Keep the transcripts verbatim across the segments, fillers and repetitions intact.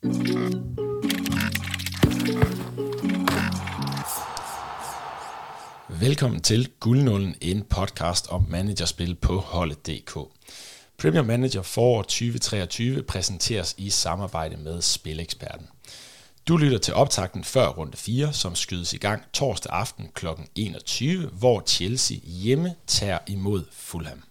Velkommen til Guldnålen, en podcast om managerspil på holdet punktum d k. Premier Manager forår tyve treogtyve præsenteres i samarbejde med Spileksperten. Du lytter til optakten før runde fire, som skydes i gang torsdag aften kl. enogtyve, hvor Chelsea hjemme tager imod Fulham.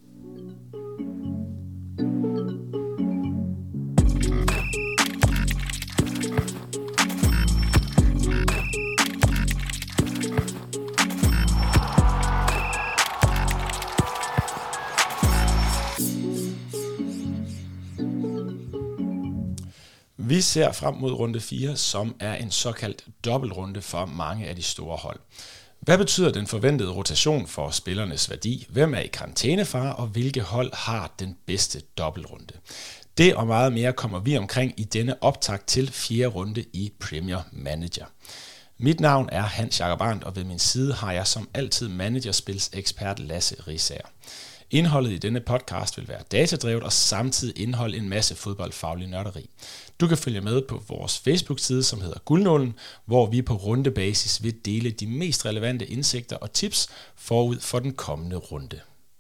Vi ser frem mod runde fire, som er en såkaldt dobbeltrunde for mange af de store hold. Hvad betyder den forventede rotation for spillernes værdi? Hvem er i karantænefare, og hvilke hold har den bedste dobbeltrunde? Det og meget mere kommer vi omkring i denne optakt til fjerde runde i Premier Manager. Mit navn er Hans Jakob Arndt, og ved min side har jeg som altid managerspilsekspert Lasse Risager. Indholdet i denne podcast vil være datadrevet og samtidig indeholde en masse fodboldfaglig nørderi. Du kan følge med på vores Facebook-side, som hedder Guldnålen, hvor vi på rundebasis vil dele de mest relevante indsigter og tips forud for den kommende runde.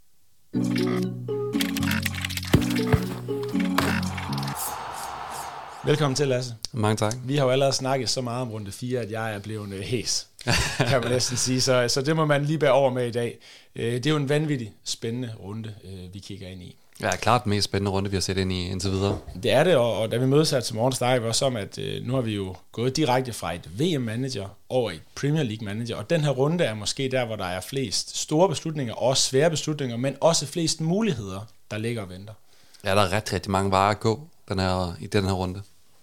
Velkommen til, Lasse. Mange tak. Vi har jo allerede snakket så meget om runde fire, at jeg er blevet hæs, kan man næsten sige. Så, så det må man lige bære over med i dag. Det er jo en vanvittig spændende runde, vi kigger ind i. Ja, klart den mest spændende runde, vi har set ind i indtil videre. Det er det, og, og da vi mødes her til morgen, snakker vi også om, at nu har vi jo gået direkte fra et V M-manager over et Premier League-manager, og den her runde er måske der, hvor der er flest store beslutninger, og svære beslutninger, men også flest muligheder, der ligger og venter. Ja, der er rigtig, rigtig mange varer at gå den her, i den her runde.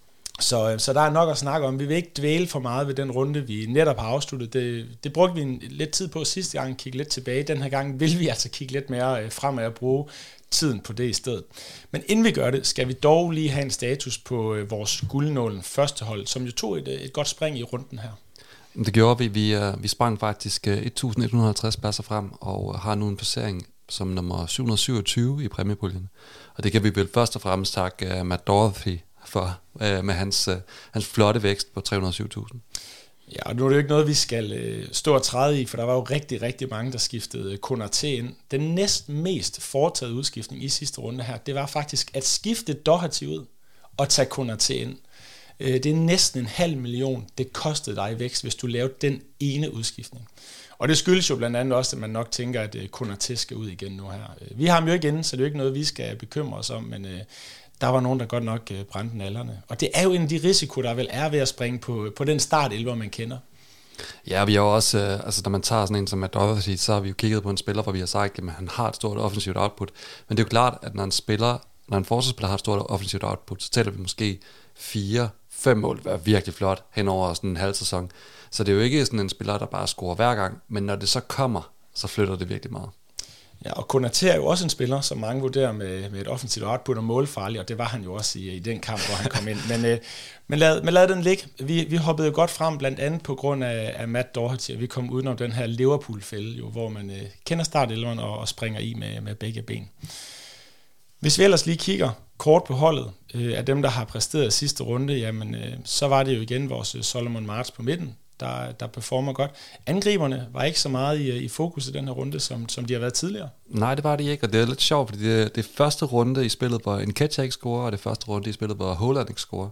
Så, så der er nok at snakke om. Vi vil ikke dvæle for meget ved den runde, vi netop har afsluttet. Det, det brugte vi en, lidt tid på sidste gang, kigge lidt tilbage. Den her gang vil vi altså kigge lidt mere fremad og bruge tiden på det i stedet. Men inden vi gør det, skal vi dog lige have en status på vores Guldnålen første hold, som jo tog et, et godt spring i runden her. Det gjorde vi. Vi, vi sprang faktisk et tusind et hundrede og halvtreds pladser frem og har nu en placering som nummer syv hundrede og syvogtyve i præmiepuljen. Og det kan vi vel først og fremmest takke uh, Matt Doherty for, uh, med hans, uh, hans flotte vækst på tre hundrede og syv tusind. Ja, og nu er det jo ikke noget, vi skal øh, stå og træde i, for der var jo rigtig, rigtig mange, der skiftede Konaté ind. Den næsten mest foretaget udskiftning i sidste runde her, det var faktisk at skifte Doherty ud og tage Konaté ind. Øh, det er næsten en halv million, det kostede dig i vækst, hvis du lavede den ene udskiftning. Og det skyldes jo blandt andet også, at man nok tænker, at øh, Konaté skal ud igen nu her. Øh, vi har ham jo ikke inde, så det er jo ikke noget, vi skal bekymre os om, men... Øh, der var nogen, der godt nok øh, brændte nallerne. Og det er jo en af de risiko, der vel er ved at springe på, på den startelver, man kender. Ja, vi har jo også, øh, altså når man tager sådan en som Matt Doherty, så har vi jo kigget på en spiller, hvor vi har sagt, at han har et stort offensivt output. Men det er jo klart, at når en spiller, når en forsvarsspiller har et stort offensivt output, så tæller vi måske fire, fem mål, det er virkelig flot hen over sådan en halv sæson. Så det er jo ikke sådan en spiller, der bare scorer hver gang, men når det så kommer, så flytter det virkelig meget. Ja, og Konaté er jo også en spiller, som mange vurderer med, med et offensivt output og målfarlig, og det var han jo også i, i den kamp, hvor han kom ind. Men, øh, men, lad, men lad den ligge. Vi, vi hoppede jo godt frem, blandt andet på grund af, af Matt Doherty, og vi kom udenom den her Liverpool-fælde, jo, hvor man øh, kender startelveren og, og springer i med, med begge ben. Hvis vi ellers lige kigger kort på holdet øh, af dem, der har præsteret sidste runde, jamen, øh, så var det jo igen vores Solomon March på midten, Der, der performer godt. Angriberne var ikke så meget i, i fokus i den her runde, som, som de har været tidligere. Nej, det var det ikke, og det er lidt sjovt, fordi det, det første runde i spillet, hvor Nketiah ikke scorer, og det første runde i spillet, hvor Haaland ikke scorer.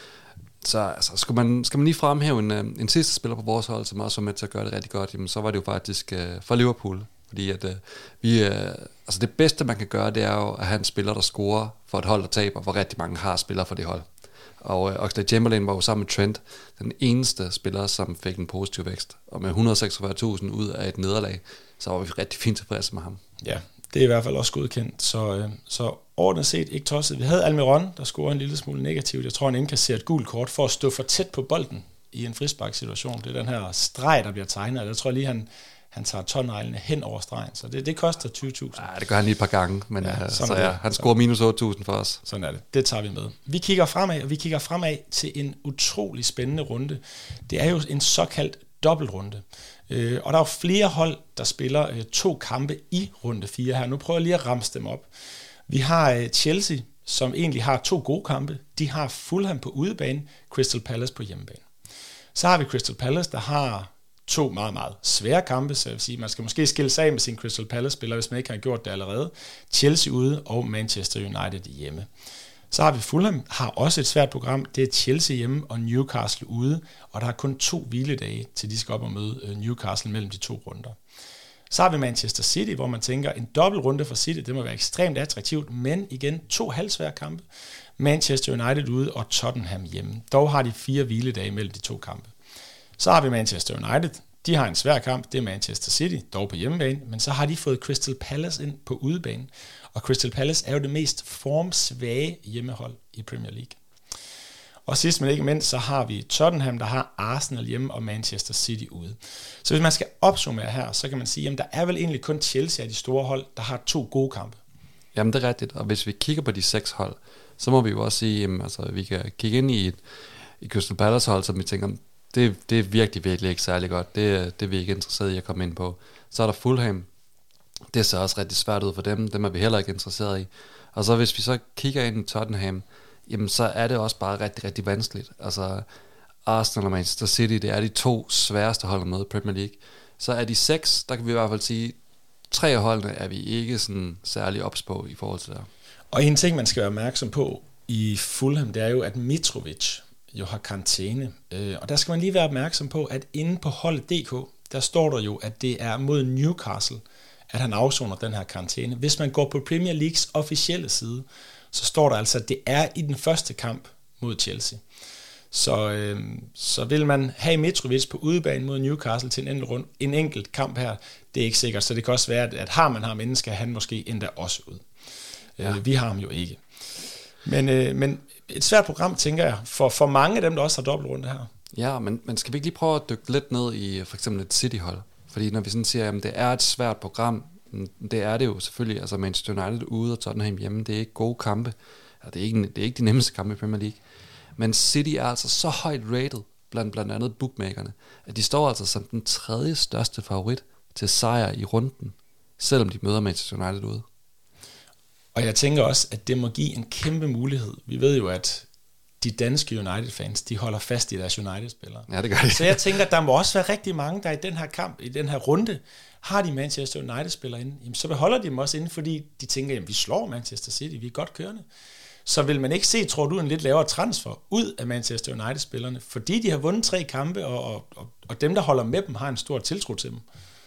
Så altså, skal, man, skal man lige fremhæve en, en sidste spiller på vores hold, som også var med til at gøre det rigtig godt, jamen, så var det jo faktisk uh, for Liverpool. Fordi at, uh, vi, uh, altså det bedste, man kan gøre, det er jo at have en spiller, der scorer for et hold, der taber, hvor rigtig mange har spillere for det hold. Og Oxlade-Chamberlain var jo sammen med Trent den eneste spiller, som fik en positiv vækst. Og med et hundrede og seksogfyrre tusind ud af et nederlag, så var vi rigtig fint tilfredse med ham. Ja, det er i hvert fald også godkendt. Så, øh, så ordentligt set ikke tosset. Vi havde Almiron, der scorede en lille smule negativt. Jeg tror, han indkasserer et gult kort for at stå for tæt på bolden i en frisparksituation. Det er den her streg, der bliver tegnet. Og jeg tror lige, han... Han tager tårneglene hen over stregen, så det, det koster tyve tusind. Ja, det gør han lige et par gange, men ja, uh, så ja, han scorer minus otte tusind for os. Sådan er det. Det tager vi med. Vi kigger fremad, og vi kigger fremad til en utrolig spændende runde. Det er jo en såkaldt dobbeltrunde. Øh, og der er jo flere hold, der spiller øh, to kampe i runde fire her. Nu prøver jeg lige at ramse dem op. Vi har øh, Chelsea som egentlig har to gode kampe. De har Fulham på udebane, Crystal Palace på hjemmebane. Så har vi Crystal Palace, der har to meget, meget svære kampe, så jeg vil sige, man skal måske skille sig af med sin Crystal Palace-spillere, hvis man ikke har gjort det allerede. Chelsea ude og Manchester United hjemme. Så har vi Fulham, har også et svært program. Det er Chelsea hjemme og Newcastle ude, og der er kun to hviledage, til de skal op og møde Newcastle mellem de to runder. Så har vi Manchester City, hvor man tænker, en dobbeltrunde for City, det må være ekstremt attraktivt, men igen to halvsvære kampe. Manchester United ude og Tottenham hjemme. Dog har de fire hviledage mellem de to kampe. Så har vi Manchester United. De har en svær kamp, det er Manchester City, dog på hjemmebane, men så har de fået Crystal Palace ind på udebane. Og Crystal Palace er jo det mest formsvage hjemmehold i Premier League. Og sidst men ikke mindst, så har vi Tottenham, der har Arsenal hjemme og Manchester City ude. Så hvis man skal opsummere her, så kan man sige, at der er vel egentlig kun Chelsea af de store hold, der har to gode kampe. Jamen det er rigtigt, og hvis vi kigger på de seks hold, så må vi jo også sige, at altså, vi kan kigge ind i et i Crystal Palace hold, som vi tænker, det, det er virkelig, virkelig ikke særlig godt. Det, det er vi ikke interesseret i at komme ind på. Så er der Fulham. Det ser også rigtig svært ud for dem. Dem er vi heller ikke interesseret i. Og så hvis vi så kigger ind i Tottenham, jamen så er det også bare rigtig, rigtig vanskeligt. Altså Arsenal og Manchester City, det er de to sværeste hold at møde i Premier League. Så er de seks, der kan vi i hvert fald sige, tre af holdene er vi ikke sådan særlig ops på i forhold til det. Og en ting, man skal være opmærksom på i Fulham, det er jo, at Mitrovic jo har karantæne. Og der skal man lige være opmærksom på, at inde på holdet punktum d k, der står der jo, at det er mod Newcastle, at han afsoner den her karantæne. Hvis man går på Premier Leagues officielle side, så står der altså, at det er i den første kamp mod Chelsea. Så, øh, så vil man have Mitrovic på udebane mod Newcastle til en enkelt, rund, en enkelt kamp her, det er ikke sikkert. Så det kan også være, at har man ham inden, skal han måske endda også ud. Ja. Øh, vi har ham jo ikke. Men, øh, men et svært program, tænker jeg, for, for mange af dem, der også har dobbeltrunde her. Ja, men, men skal vi ikke lige prøve at dykke lidt ned i for eksempel et City-hold? Fordi når vi sådan siger, at det er et svært program, det er det jo selvfølgelig. Altså Manchester United ude og Tottenham hjemme, det er ikke gode kampe. Ja, det, er ikke, det er ikke de nemmeste kampe i Premier League. Men City er altså så højt rated blandt blandt andet bookmakerne, at de står altså som den tredje største favorit til sejr i runden, selvom de møder Manchester United ude. Og jeg tænker også, at det må give en kæmpe mulighed. Vi ved jo, at de danske United-fans, de holder fast i deres United-spillere. Ja, det gør de. Så jeg tænker, at der må også være rigtig mange, der i den her kamp, i den her runde, har de Manchester United-spillere inde. Jamen, så beholder de dem også inde, fordi de tænker, at vi slår Manchester City, vi er godt kørende. Så vil man ikke se, tror du, en lidt lavere transfer ud af Manchester United-spillerne, fordi de har vundet tre kampe, og, og, og dem, der holder med dem, har en stor tiltro til dem.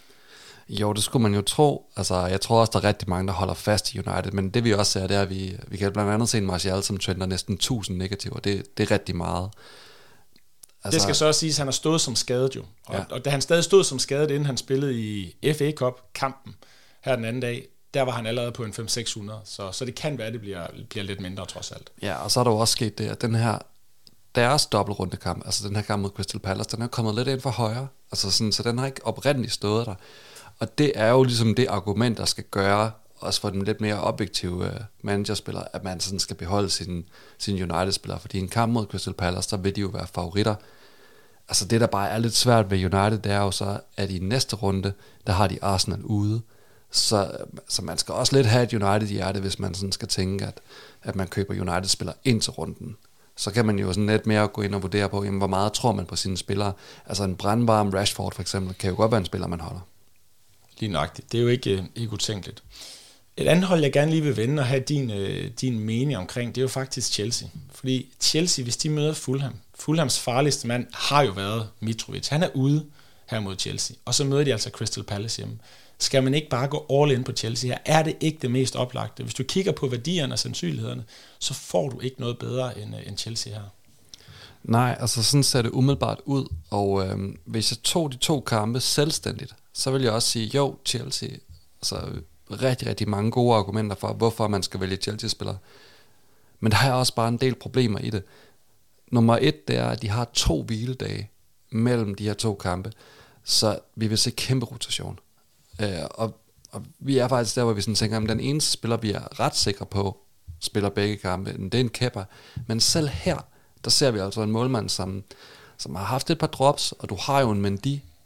Jo, det skulle man jo tro. Altså, jeg tror også, der er rigtig mange, der holder fast i United, men det vi også ser, det er, at vi, vi kan blandt andet se en Martial, som trender næsten tusind negativer. Det, det er rigtig meget. Altså, det skal så også siges, at han har stået som skadet jo. Og, ja. og da han stadig stod som skadet, inden han spillede i F A Cup-kampen her den anden dag, der var han allerede på en fem til seks hundrede. Så, så det kan være, at det bliver, bliver lidt mindre trods alt. Ja, og så er der jo også sket det, at den her, deres dobbeltrundekamp, altså den her kamp mod Crystal Palace, den er kommet lidt ind for højre. Altså sådan, så den har ikke oprindeligt stået der. Og det er jo ligesom det argument, der skal gøre, også for den lidt mere objektive uh, managerspiller, at man sådan skal beholde sin, sin United-spiller. Fordi en kamp mod Crystal Palace, der vil de jo være favoritter. Altså det, der bare er lidt svært ved United, det er jo så, at i næste runde, der har de Arsenal ude. Så, så man skal også lidt have et United-hjerte, hvis man sådan skal tænke, at, at man køber United-spillere ind til runden. Så kan man jo sådan lidt mere gå ind og vurdere på, jamen, hvor meget tror man på sine spillere. Altså en brandvarm Rashford for eksempel, kan jo godt være en spiller, man holder. Lige nøjagtigt. Det er jo ikke, ikke utænkeligt. Et andet hold, jeg gerne lige vil vende og have din, øh, din mening omkring, det er jo faktisk Chelsea. Fordi Chelsea, hvis de møder Fulham, Fulhams farligste mand har jo været Mitrovic. Han er ude her mod Chelsea. Og så møder de altså Crystal Palace hjemme. Skal man ikke bare gå all in på Chelsea her? Er det ikke det mest oplagte? Hvis du kigger på værdierne og sandsynlighederne, så får du ikke noget bedre end, end Chelsea her. Nej, altså sådan ser det umiddelbart ud. Og øh, hvis jeg tog de to kampe selvstændigt, så vil jeg også sige, jo, Chelsea, altså rigtig, rigtig mange gode argumenter for, hvorfor man skal vælge Chelsea-spillere. Men der er også bare en del problemer i det. Nummer et, det er, at de har to hviledage mellem de her to kampe, så vi vil se kæmpe rotation. Øh, og, og vi er faktisk der, hvor vi sådan tænker, at den eneste spiller, vi er ret sikre på, spiller begge kampe, det er en Kepa. Men selv her, der ser vi altså en målmand, som, som har haft et par drops, og du har jo en Mendy,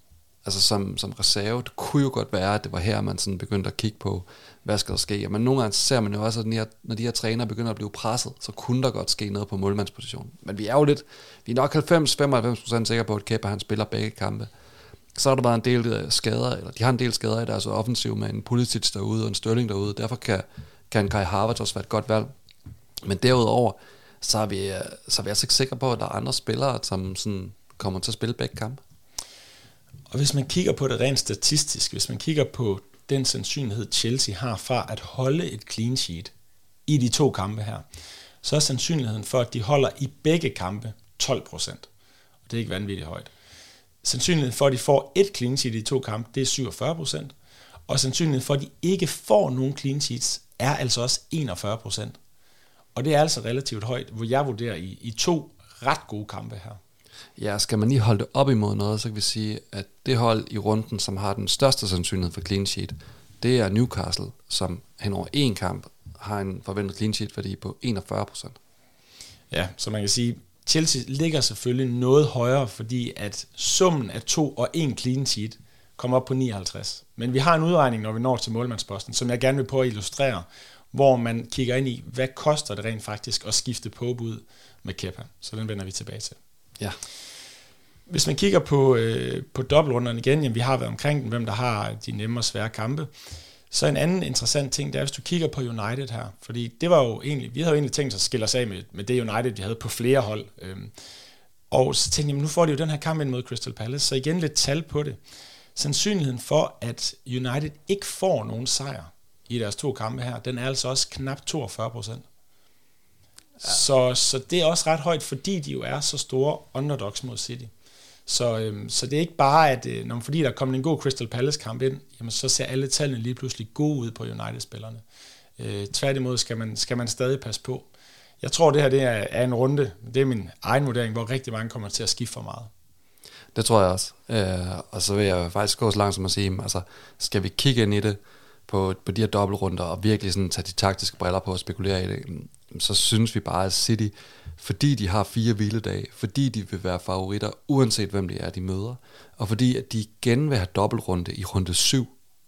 altså som, som reserve, det kunne jo godt være, at det var her, man sådan begyndte at kigge på, hvad skal der ske. Men nogle gange ser man jo også, at når de her, når de her trænere begynder at blive presset, så kunne der godt ske noget på målmandspositionen. Men vi er jo lidt, vi er nok halvfems til femoghalvfems procent sikre på, at Kepa han spiller begge kampe. Så har der bare en del skader, eller de har en del skader i deres offensiv med en Pulisic derude og en Sterling derude. Derfor kan, kan Kai Havertz også være et godt valg. Men derudover, så er vi, så er vi altså ikke sikre på, at der er andre spillere, som sådan kommer til at spille begge kampe. Og hvis man kigger på det rent statistisk, hvis man kigger på den sandsynlighed, Chelsea har for at holde et clean sheet i de to kampe her, så er sandsynligheden for, at de holder i begge kampe tolv procent. Og det er ikke vanvittigt højt. Sandsynligheden for, at de får et clean sheet i de to kampe, det er syvogfyrre procent. Og sandsynligheden for, at de ikke får nogen clean sheets, er altså også enogfyrre procent. Og det er altså relativt højt, hvor jeg vurderer i, i to ret gode kampe her. Ja, skal man lige holde det op imod noget, så kan vi sige, at det hold i runden, som har den største sandsynlighed for clean sheet, det er Newcastle, som hen over en kamp har en forventet clean sheet værdi på enogfyrre procent. Ja, så man kan sige, Chelsea ligger selvfølgelig noget højere, fordi at summen af to og en clean sheet kommer op på nioghalvtreds. Men vi har en udregning, når vi når til målmandsposten, som jeg gerne vil prøve at illustrere, hvor man kigger ind i, hvad koster det rent faktisk at skifte Pope ud med Kepa. Så den vender vi tilbage til. Ja. Hvis man kigger på, øh, på dobbeltrunderne igen, jamen vi har været omkring den, hvem der har de nemme og svære kampe. Så en anden interessant ting, det er, hvis du kigger på United her, fordi det var jo egentlig, vi havde jo egentlig tænkt os at skille os af med, med det United, vi havde på flere hold. Øhm, og så tænkte jeg, nu får de jo den her kamp ind mod Crystal Palace, så igen lidt tal på det. Sandsynligheden for, at United ikke får nogen sejr i deres to kampe her, den er altså også knap toogfyrre procent. Ja. Så, så det er også ret højt, fordi de jo er så store underdogs mod City. Så, øhm, så det er ikke bare, at øh, når, fordi der er kommet en god Crystal Palace-kamp ind, jamen, så ser alle tallene lige pludselig gode ud på United-spillerne. Øh, tværtimod skal man, skal man stadig passe på. Jeg tror, det her det er, er en runde, det er min egen vurdering, hvor rigtig mange kommer til at skifte for meget. Det tror jeg også. Øh, og så vil jeg faktisk gå så langt som at sige, altså, skal vi kigge ind i det på, på de her dobbeltrunder og virkelig sådan tage de taktiske briller på og spekulere i det, så synes vi bare, at City, fordi de har fire hviledage, fordi de vil være favoritter, uanset hvem det er, de møder, og fordi at de igen vil have dobbeltrunde i runde syv.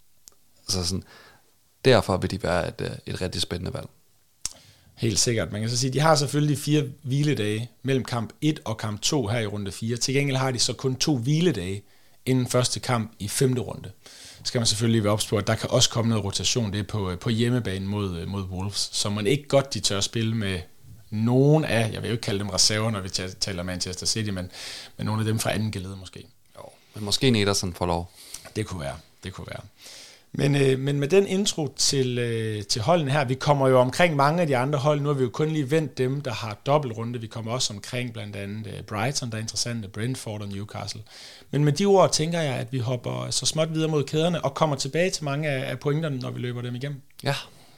Så sådan, derfor vil de være et, et rigtig spændende valg. Helt sikkert. Man kan så sige, at de har selvfølgelig fire hviledage mellem kamp et og kamp to her i runde fire. Til gengæld har de så kun to hviledage inden første kamp i femte runde. Så skal man selvfølgelig være ops på, at der kan også komme noget rotation. Det er på, på hjemmebane mod, mod Wolves, så man ikke godt de tør spille med nogen af, jeg vil jo ikke kalde dem reserver, når vi taler Manchester City, men, men nogle af dem fra anden gelede måske. Jo, men måske en Ederson får lov. Det kunne være, det kunne være. Men, øh, men med den intro til, øh, til holdene her, vi kommer jo omkring mange af de andre hold. Nu har vi jo kun lige vendt dem, der har dobbeltrunde. Vi kommer også omkring blandt andet øh, Brighton, der er interessante, Brentford og Newcastle. Men med de ord tænker jeg, at vi hopper så småt videre mod kæderne og kommer tilbage til mange af, af pointerne, når vi løber dem igennem. Ja.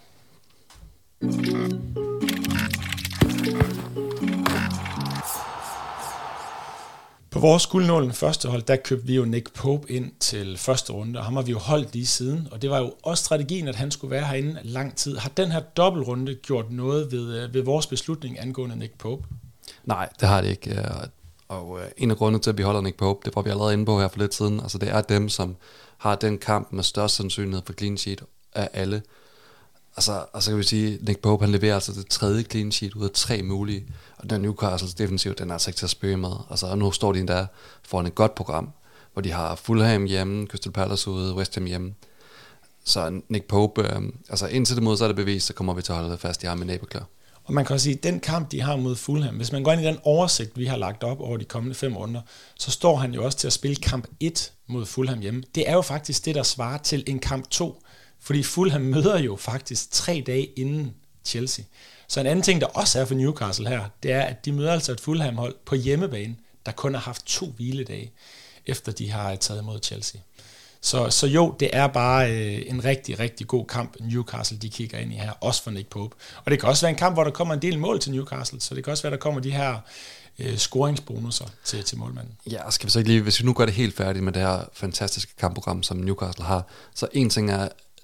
På vores guldnålen første hold, der købte vi jo Nick Pope ind til første runde, og ham har vi jo holdt lige siden, og det var jo også strategien, at han skulle være herinde lang tid. Har den her dobbeltrunde gjort noget ved, ved vores beslutning angående Nick Pope? Nej, det har det ikke, og en af grundene til, at vi holder Nick Pope, det var vi allerede inde på her for lidt siden, altså det er dem, som har den kamp med størst sandsynlighed for clean sheet af alle. Altså, og så kan vi sige, at Nick Pope han leverer altså det tredje clean sheet ud af tre mulige, og den Newcastles defensiv, den er altså ikke til at spøge med. Altså, nu står de endda foran et godt program, hvor de har Fulham hjemme, Crystal Palace ude, West Ham hjemme. Så Nick Pope, øh, altså indtil det modsatte bevis, så kommer vi til at holde fast i ham med næbeklar. Og man kan også sige, at den kamp, de har mod Fulham, hvis man går ind i den oversigt, vi har lagt op over de kommende fem runder, så står han jo også til at spille kamp et mod Fulham hjemme. Det er jo faktisk det, der svarer til en kamp to, fordi Fulham møder jo faktisk tre dage inden Chelsea. Så en anden ting, der også er for Newcastle her, det er, at de møder altså et Fulham-hold på hjemmebane, der kun har haft to hviledage, efter de har taget imod Chelsea. Så, så jo, det er bare øh, en rigtig, rigtig god kamp, Newcastle de kigger ind i her, også for Nick Pope. Og det kan også være en kamp, hvor der kommer en del mål til Newcastle, så det kan også være, der kommer de her øh, scoringsbonusser til, til målmanden. Ja, skal vi så ikke lige, hvis vi nu gør det helt færdigt med det her fantastiske kampprogram, som Newcastle har, så en ting er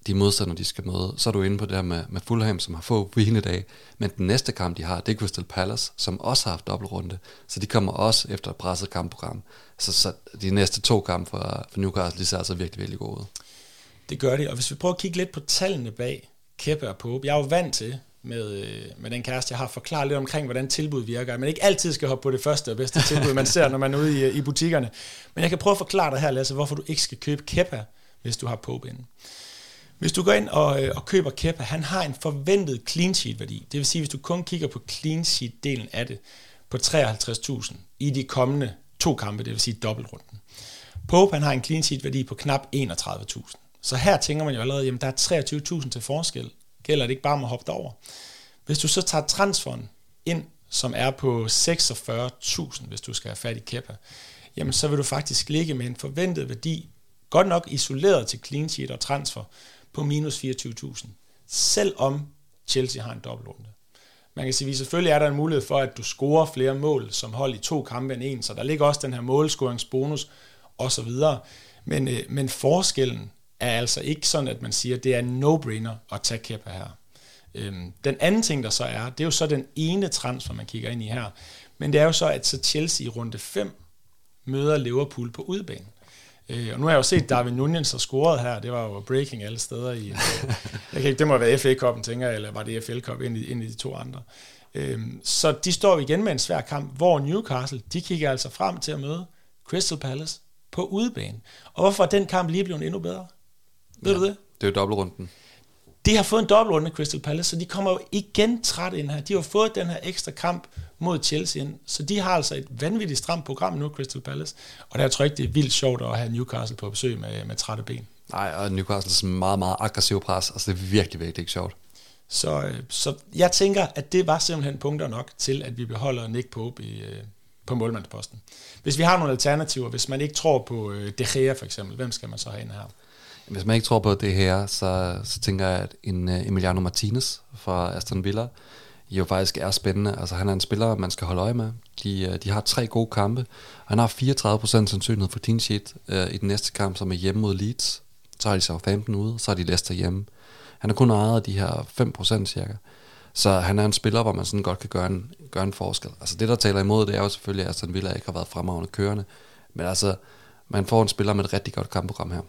de modstandere, de skal møde, så er du inde på det her med, med Fulham, som har få hviledag, men den næste kamp, de har, det er Crystal Palace, som også har haft dobbeltrunde, så de kommer også efter et presset kampprogram. Så, så de næste to kampe for, for Newcastle, de ser altså virkelig, virkelig gode ud. Det gør de, og hvis vi prøver at kigge lidt på tallene bag Kepa og Pope, jeg er jo vant til, med, med den kæreste, jeg har forklaret lidt omkring, hvordan tilbud virker, men ikke altid skal hoppe på det første og bedste tilbud, man ser, når man er ude i, i butikkerne. Men jeg kan prøve at forklare dig her, Lasse, hvorfor du ikke skal købe Kepa, hvis du har Pope inde. Hvis du går ind og, og køber Kepa, han har en forventet clean sheet værdi. Det vil sige, hvis du kun kigger på clean sheet delen af det, på treoghalvtreds tusind i de kommende to kampe, det vil sige dobbeltrunden. Pope, han har en clean sheet værdi på knap enogtredive tusind. Så her tænker man jo allerede, jamen der er treogtyve tusind til forskel. Gælder det ikke bare om at hoppe derover? Hvis du så tager transferen ind, som er på seksogfyrre tusind, hvis du skal have fat i Kepa, jamen så vil du faktisk ligge med en forventet værdi, godt nok isoleret til clean sheet og transfer, på minus fireogtyve tusind, selvom Chelsea har en dobbeltrunde. Man kan sige, at selvfølgelig er der en mulighed for, at du scorer flere mål som hold i to kampe end en, så der ligger også den her målscoringsbonus osv. Men, øh, men forskellen er altså ikke sådan, at man siger, at det er en no-brainer at tage Kepa her. Øhm, den anden ting, der så er, det er jo så den ene transfer, man kigger ind i her, men det er jo så, at så Chelsea i runde fem møder Liverpool på udebane. Øh, og nu har jeg jo set, Darwin Núñez har scoret her, det var jo breaking alle steder i, jeg kan ikke, det må være F A-cupen, tænker jeg, eller var det F L-cup ind i, ind i de to andre. Øhm, så de står igen med en svær kamp, hvor Newcastle, de kigger altså frem til at møde Crystal Palace på udebane. Og hvorfor er den kamp lige blevet endnu bedre? Ved ja, du det? Det er jo dobbeltrunden. De har fået en dobbeltrunde af Crystal Palace, så de kommer jo igen træt ind her. De har fået den her ekstra kamp mod Chelsea ind, så de har altså et vanvittigt stramt program nu, Crystal Palace. Og der tror jeg ikke, det er vildt sjovt at have Newcastle på besøg med, med trætte ben. Nej, og Newcastles meget, meget aggressiv pres, altså det er virkelig, virkelig ikke sjovt. Så, så jeg tænker, at det var simpelthen punkter nok til, at vi beholder Nick Pope i, på målmandsposten. Hvis vi har nogle alternativer, hvis man ikke tror på De Gea for eksempel, hvem skal man så have ind her? Hvis man ikke tror på det her, så, så tænker jeg, at en uh, Emiliano Martinez fra Aston Villa jo faktisk er spændende. Altså han er en spiller, man skal holde øje med. De, uh, de har tre gode kampe. Han har fireogtredive procent sandsynlighed for clean sheet uh, i den næste kamp, som er hjemme mod Leeds. Så har de Southampton ude, så har de Leicester hjemme. Han har kun ejet af de her fem procent cirka. Så han er en spiller, hvor man sådan godt kan gøre en, gøre en forskel. Altså det, der taler imod, det er jo selvfølgelig, at Aston Villa ikke har været fremragende kørende. Men altså, man får en spiller med et rigtig godt kampprogram her.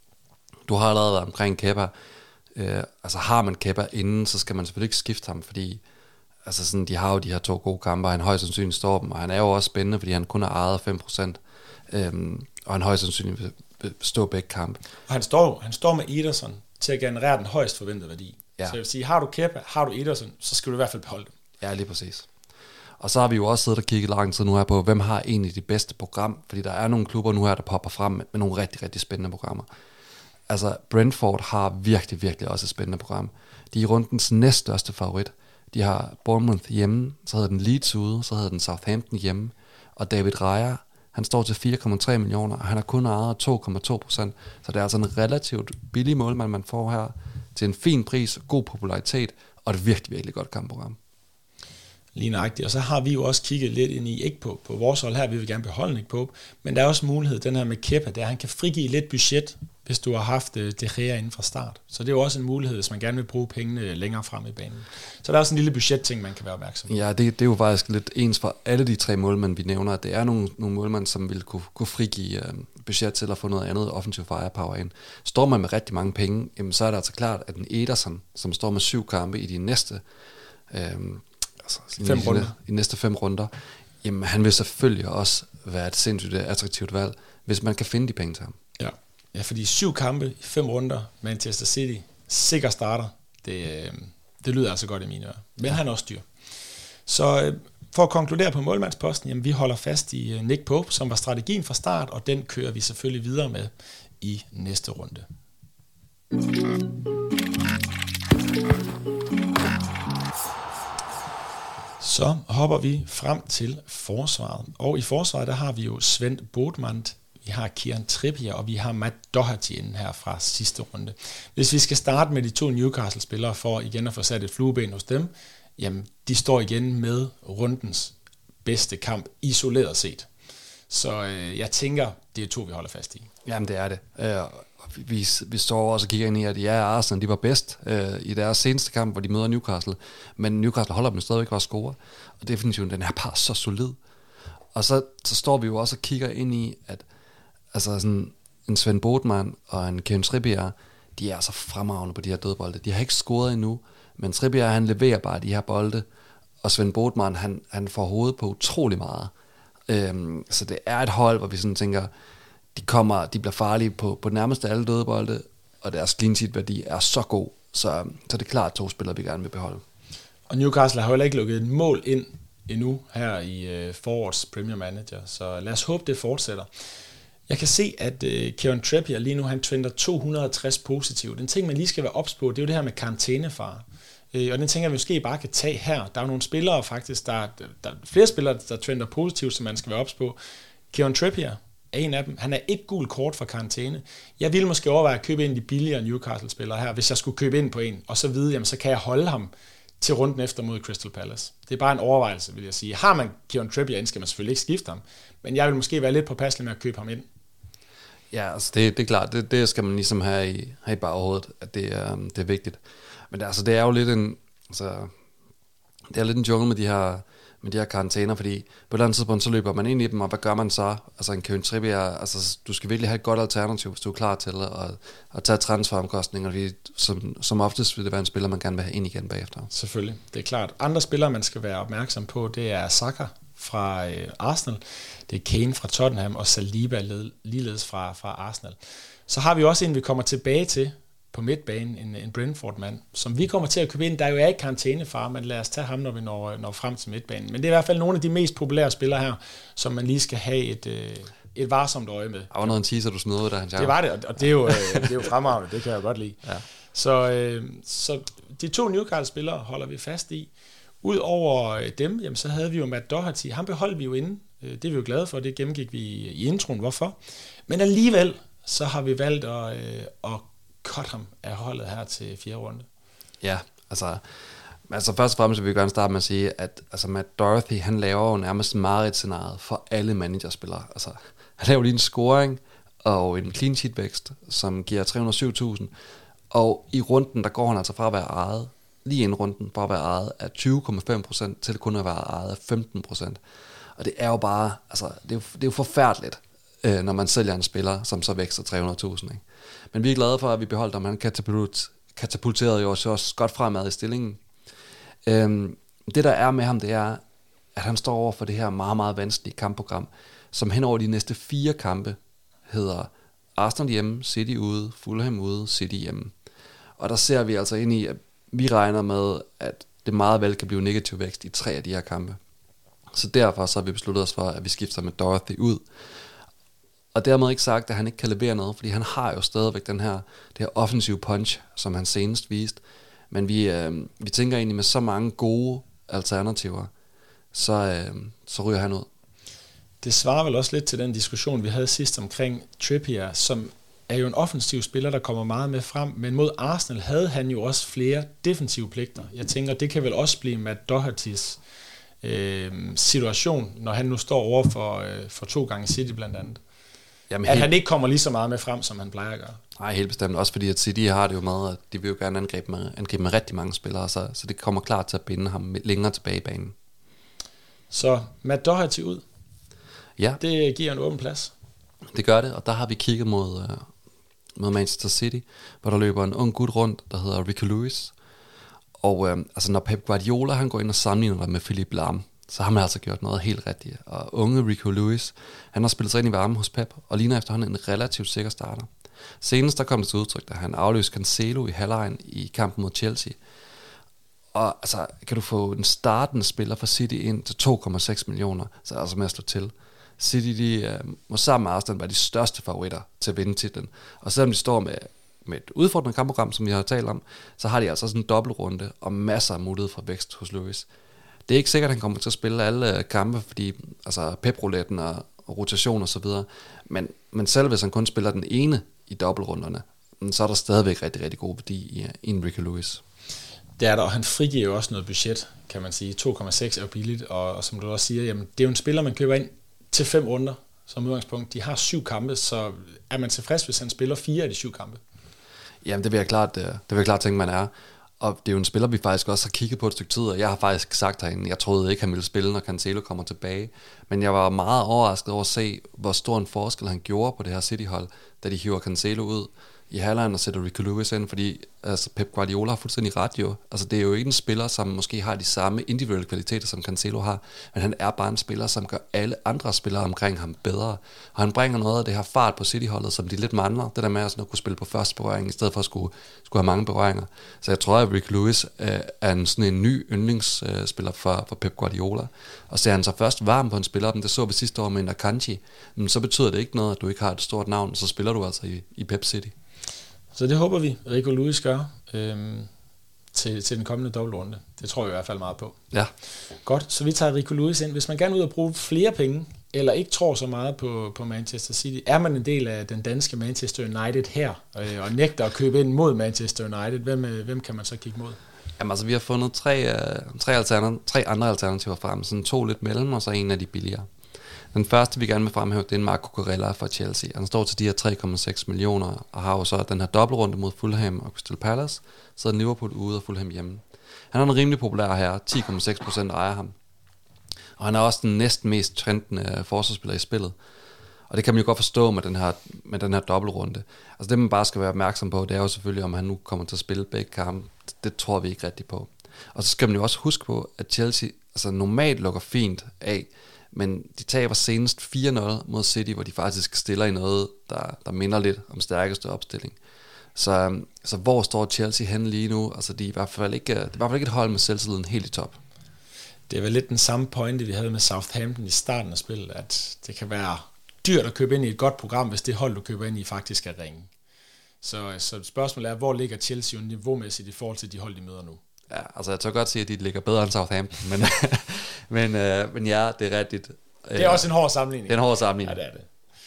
Du har allerede været omkring Kepa. Øh, altså har man Kepa inden, så skal man selvfølgelig ikke skifte ham, fordi altså sådan, de har jo de her to gode kampe, og han højst sandsynligt står dem, og han er jo også spændende, fordi han kun har ejet fem procent, øhm, og han højst sandsynligt vil, vil stå begge kampe. Og han står, han står med Ederson til at generere den højst forventede værdi. Ja. Så jeg vil sige, har du Kepa, har du Ederson, så skal du i hvert fald beholde dem. Ja, lige præcis. Og så har vi jo også siddet og kigget lang tid nu her på, hvem har egentlig det bedste program, fordi der er nogle klubber nu her, der popper frem med, med nogle rigtig, rigtig spændende programmer. Altså Brentford har virkelig, virkelig også et spændende program. De er rundens næststørste favorit. De har Bournemouth hjemme, så hedder den Leeds ude, så hedder den Southampton hjemme. Og David Raya, han står til fire komma tre millioner, og han har kun ejet to komma to procent. Så det er altså en relativt billig målmand, man får her, til en fin pris, god popularitet, og et virkelig, virkelig godt kampprogram. Lige nøjagtigt. Og så har vi jo også kigget lidt ind i, ikke på, på vores hold her, vi vil gerne beholde Nick Pope, men der er også mulighed, den her med Kepa, der han kan frigive lidt budget, hvis du har haft De Gea inden fra start. Så det er jo også en mulighed, hvis man gerne vil bruge pengene længere frem i banen. Så der er også en lille budgetting, man kan være opmærksom på. Ja, det, det er jo faktisk lidt ens for alle de tre målmænd, vi nævner, at det er nogle, nogle målmænd, som vil kunne, kunne frigive uh, budget til at få noget andet offensiv firepower ind. Står man med rigtig mange penge, jamen, så er det altså klart, at en Ederson, som står med syv kampe i de næste øh, altså, fem i, runder. De, i næste fem runder, jamen han vil selvfølgelig også være et sindssygt attraktivt valg, hvis man kan finde de penge til ham. Ja, ja, fordi syv kampe i fem runder, Manchester City, sikker starter, det, det lyder altså godt i mine ører. Men ja. Han er også dyr. Så for at konkludere på målmandsposten, jamen vi holder fast i Nick Pope, som var strategien fra start, og den kører vi selvfølgelig videre med i næste runde. Så hopper vi frem til forsvaret. Og i forsvaret, der har vi jo Sven Bodmant, vi har Kieran Trippier, og vi har Matt Doherty inden her fra sidste runde. Hvis vi skal starte med de to Newcastle-spillere for igen at få sat et flueben hos dem, jamen de står igen med rundens bedste kamp isoleret set. Så øh, jeg tænker, det er to, vi holder fast i. Jamen det er det. Øh, vi, vi står også og kigger ind i, at ja, Arsenal, de var bedst øh, i deres seneste kamp, hvor de møder Newcastle, men Newcastle holder dem stadigvæk var at score, og definitivt, den er bare så solid. Og så, så står vi jo også og kigger ind i, at altså sådan, en Sven Botman og en Kevin Trippier, de er så fremragende på de her dødbolde. De har ikke scoret endnu, men Trippier, han leverer bare de her bolde, og Sven Botman, han, han får hovedet på utrolig meget. Øhm, så det er et hold, hvor vi sådan tænker, de kommer, de bliver farlige på, på nærmest alle dødbolde, og deres clean sheet værdi er så god, så, så det er klart to spillere, vi gerne vil beholde. Og Newcastle har heller ikke lukket et mål ind endnu her i øh, forårets Premier Manager, så lad os håbe, det fortsætter. Jeg kan se, at øh, Kieran Trippier lige nu, han trender to hundrede og tres positivt. Den ting, man lige skal være ops på, det er jo det her med karantænefare. Øh, og den tænker jeg, vi måske bare kan tage her. Der er jo nogle spillere faktisk, der, der er flere spillere, der trender positivt, som man skal være ops på. Kieran Trippier er en af dem. Han er et gult kort for karantæne. Jeg ville måske overveje at købe en af de billigere Newcastle-spillere her, hvis jeg skulle købe ind på en, og så vide, jamen så kan jeg holde ham til runden efter mod Crystal Palace. Det er bare en overvejelse, vil jeg sige. Har man Kieran Trippier ind, skal man selvfølgelig ikke skifte ham, men jeg vil måske være lidt påpasselig med at købe ham ind. Ja, altså det, det er klart, det, det skal man ligesom have i, have i baghovedet, at det er, det er vigtigt. Men det, altså, det er jo lidt en, altså, det er lidt en jungle med de her, med de her karantæner, fordi på et eller andet tidspunkt, så løber man ind i dem, og hvad gør man så? Altså en Kevin Trippier, altså du skal virkelig have et godt alternativ, hvis du er klar til at, at tage transferomkostninger, fordi som, som oftest vil det være en spiller, man gerne vil have ind igen bagefter. Selvfølgelig, det er klart. Andre spillere, man skal være opmærksom på, det er Saka fra øh, Arsenal, det er Kane fra Tottenham, og Saliba led, ligeledes fra, fra Arsenal. Så har vi også en, vi kommer tilbage til på midtbanen, en, en Brentford-mand, som vi kommer til at købe ind. Der er jo ikke karantænefar, men lad os tage ham, når vi når, når frem til midtbanen. Men det er i hvert fald nogle af de mest populære spillere her, som man lige skal have et, øh, et varsomt øje med. Der var noget en teaser, du smed ud der, han Det var det, og det er jo, øh, det er jo fremragende, det kan jeg jo godt lide. Ja. Så, øh, så de to Newcastle-spillere holder vi fast i. Udover dem, jamen, så havde vi jo Matt Doherty. Han beholdt vi jo inde. Det er vi jo glade for, det gennemgik vi i introen. Hvorfor? Men alligevel, så har vi valgt at, at cut ham af holdet her til fjerde runde. Ja, altså, altså først og fremmest vil vi gerne starte med at sige, at altså Matt Doherty, han laver jo nærmest Marit-scenariet for alle managerspillere. Altså, han laver lige en scoring og en clean sheet vækst, som giver tre hundrede og syv tusind. Og i runden, der går han altså fra at være ejet, lige inden runden, fra at være ejet af tyve komma fem procent til kun at være ejet af femten procent. Og det er jo bare, altså, det er jo, det er jo forfærdeligt, øh, når man sælger en spiller, som så vækster tre hundrede tusind. Ikke? Men vi er glade for, at vi beholdt ham. Han katapult, katapulterede jo også, også godt fremad i stillingen. Øhm, det, der er med ham, det er, at han står over for det her meget, meget vanskelige kampprogram, som hen over de næste fire kampe hedder Arsenal hjemme, City ude, Fulham ude, City hjemme. Og der ser vi altså ind i, at vi regner med, at det meget vel kan blive negativ vækst i tre af de her kampe. Så derfor så har vi besluttet os for, at vi skifter med Doherty ud. Og dermed ikke sagt, at han ikke kan levere noget, fordi han har jo stadigvæk den her, det her offensive punch, som han senest viste. Men vi, øh, vi tænker egentlig med så mange gode alternativer, så, øh, så ryger han ud. Det svarer vel også lidt til den diskussion, vi havde sidst omkring Trippier, som er jo en offensiv spiller, der kommer meget med frem, men mod Arsenal havde han jo også flere defensive pligter. Jeg tænker, det kan vel også blive Matt Dohertys øh, situation, når han nu står over for, øh, for to gange City blandt andet. Jamen, at helt... han ikke kommer lige så meget med frem, som han plejer at gøre. Nej, helt bestemt. Også fordi, at City har det jo med, at de vil jo gerne angribe med, angribe med rigtig mange spillere, så, så det kommer klart til at binde ham længere tilbage i banen. Så Matt Doherty ud. Ja. Det giver en åben plads. Det gør det, og der har vi kigget mod, uh, mod Manchester City, hvor der løber en ung gut rundt, der hedder Rico Lewis. Og uh, altså, når Pep Guardiola han går ind og sammenligner dig med Philippe Lahm, så har man altså gjort noget helt rigtigt. Og unge Rico Lewis, han har spillet sig ind i varmen hos Pep, og ligner efterhånden en relativt sikker starter. Senest der kom det til udtryk, da han afløste Cancelo i halvlejen i kampen mod Chelsea. Og altså, kan du få en startende spiller fra City ind til to komma seks millioner, så er det altså med at slå til. City, de uh, må sammen med Arsenal være de største favoritter til at vinde titlen. Og selvom de står med, med et udfordrende kampprogram, som vi har talt om, så har de altså sådan en dobbeltrunde og masser af mulighed for vækst hos Lewis. Det er ikke sikkert, at han kommer til at spille alle kampe, fordi altså pep-rouletten og, og rotation og så videre. Men, men selv hvis han kun spiller den ene i dobbeltrunderne, så er der stadigvæk rigtig, rigtig god værdi i, i en Rico Lewis. Det er der, og han frigiver jo også noget budget, kan man sige. to komma seks er jo billigt, og, og som du også siger, jamen, det er jo en spiller, man køber ind til fem runder. som udgangspunkt. De har syv kampe, så er man tilfreds, hvis han spiller fire af de syv kampe? Jamen, det vil jeg klart, det vil jeg klart tænke, man er. Og det er jo en spiller, vi faktisk også har kigget på et stykke tid, og jeg har faktisk sagt herinde, jeg troede ikke, han ville spille, når Cancelo kommer tilbage. Men jeg var meget overrasket over at se, hvor stor en forskel han gjorde på det her City-hold, da de hiver Cancelo ud i halvlejen og sætter Rico Lewis ind, fordi altså, Pep Guardiola har fuldstændig ret jo. Altså, det er jo ikke en spiller, som måske har de samme individuelle kvaliteter, som Cancelo har, men han er bare en spiller, som gør alle andre spillere omkring ham bedre. Og han bringer noget af det her fart på City-holdet, som de lidt mangler. Det der med at, sådan, at kunne spille på første berøring, i stedet for at skulle, skulle have mange berøringer. Så jeg tror, at Rico Lewis øh, er en, sådan en ny yndlingsspiller øh, for, for Pep Guardiola. Og ser han så først varm på en spiller, det så vi sidste år med en Akanji, men så betyder det ikke noget, at du ikke har et stort navn, så spiller du altså i, i Pep City. Så det håber vi, Rico Lewis gør øhm, til, til den kommende dobbeltrunde. Det tror jeg i hvert fald meget på. Ja. Godt, så vi tager Rico Lewis ind. Hvis man gerne vil ud og bruge flere penge, eller ikke tror så meget på, på Manchester City, er man en del af den danske Manchester United her, øh, og nægter at købe ind mod Manchester United, hvem, øh, hvem kan man så kigge mod? Jamen altså, vi har fundet tre, øh, tre, alternativ, tre andre alternativer frem, sådan to lidt mellem, og så en af de billigere. Den første, vi gerne vil fremhæve, det er en Marco Cucurella fra Chelsea. Han står til de her tre komma seks millioner, og har jo så den her dobbeltrunde mod Fulham og Crystal Palace, så er Liverpool ude og Fulham hjemme. Han er en rimelig populær her, ti komma seks procent ejer ham. Og han er også den næsten mest trendende forsvarsspiller i spillet. Og det kan man jo godt forstå med den her, med den her dobbeltrunde. Altså det, man bare skal være opmærksom på, det er jo selvfølgelig, om han nu kommer til at spille begge kampe. Det, det tror vi ikke rigtigt på. Og så skal man jo også huske på, at Chelsea altså normalt lukker fint af, men de taber senest fire nul mod City, hvor de faktisk stiller i noget, der, der minder lidt om stærkeste opstilling. Så, så hvor står Chelsea hen lige nu? Altså de er i hvert fald ikke, det er i hvert fald ikke et hold med selvtilliden helt i top. Det er vel lidt den samme pointe, vi havde med Southampton i starten af spillet, at det kan være dyrt at købe ind i et godt program, hvis det hold, du køber ind i, faktisk er ringe. Så, så spørgsmålet er, hvor ligger Chelsea jo niveaumæssigt i forhold til de hold, de møder nu? Ja, altså jeg tør godt sige, at de ligger bedre end Southampton, men, men, øh, men ja, det er rigtigt. Det er også en hård sammenligning. Det er en hård sammenligning. Ja, det er det.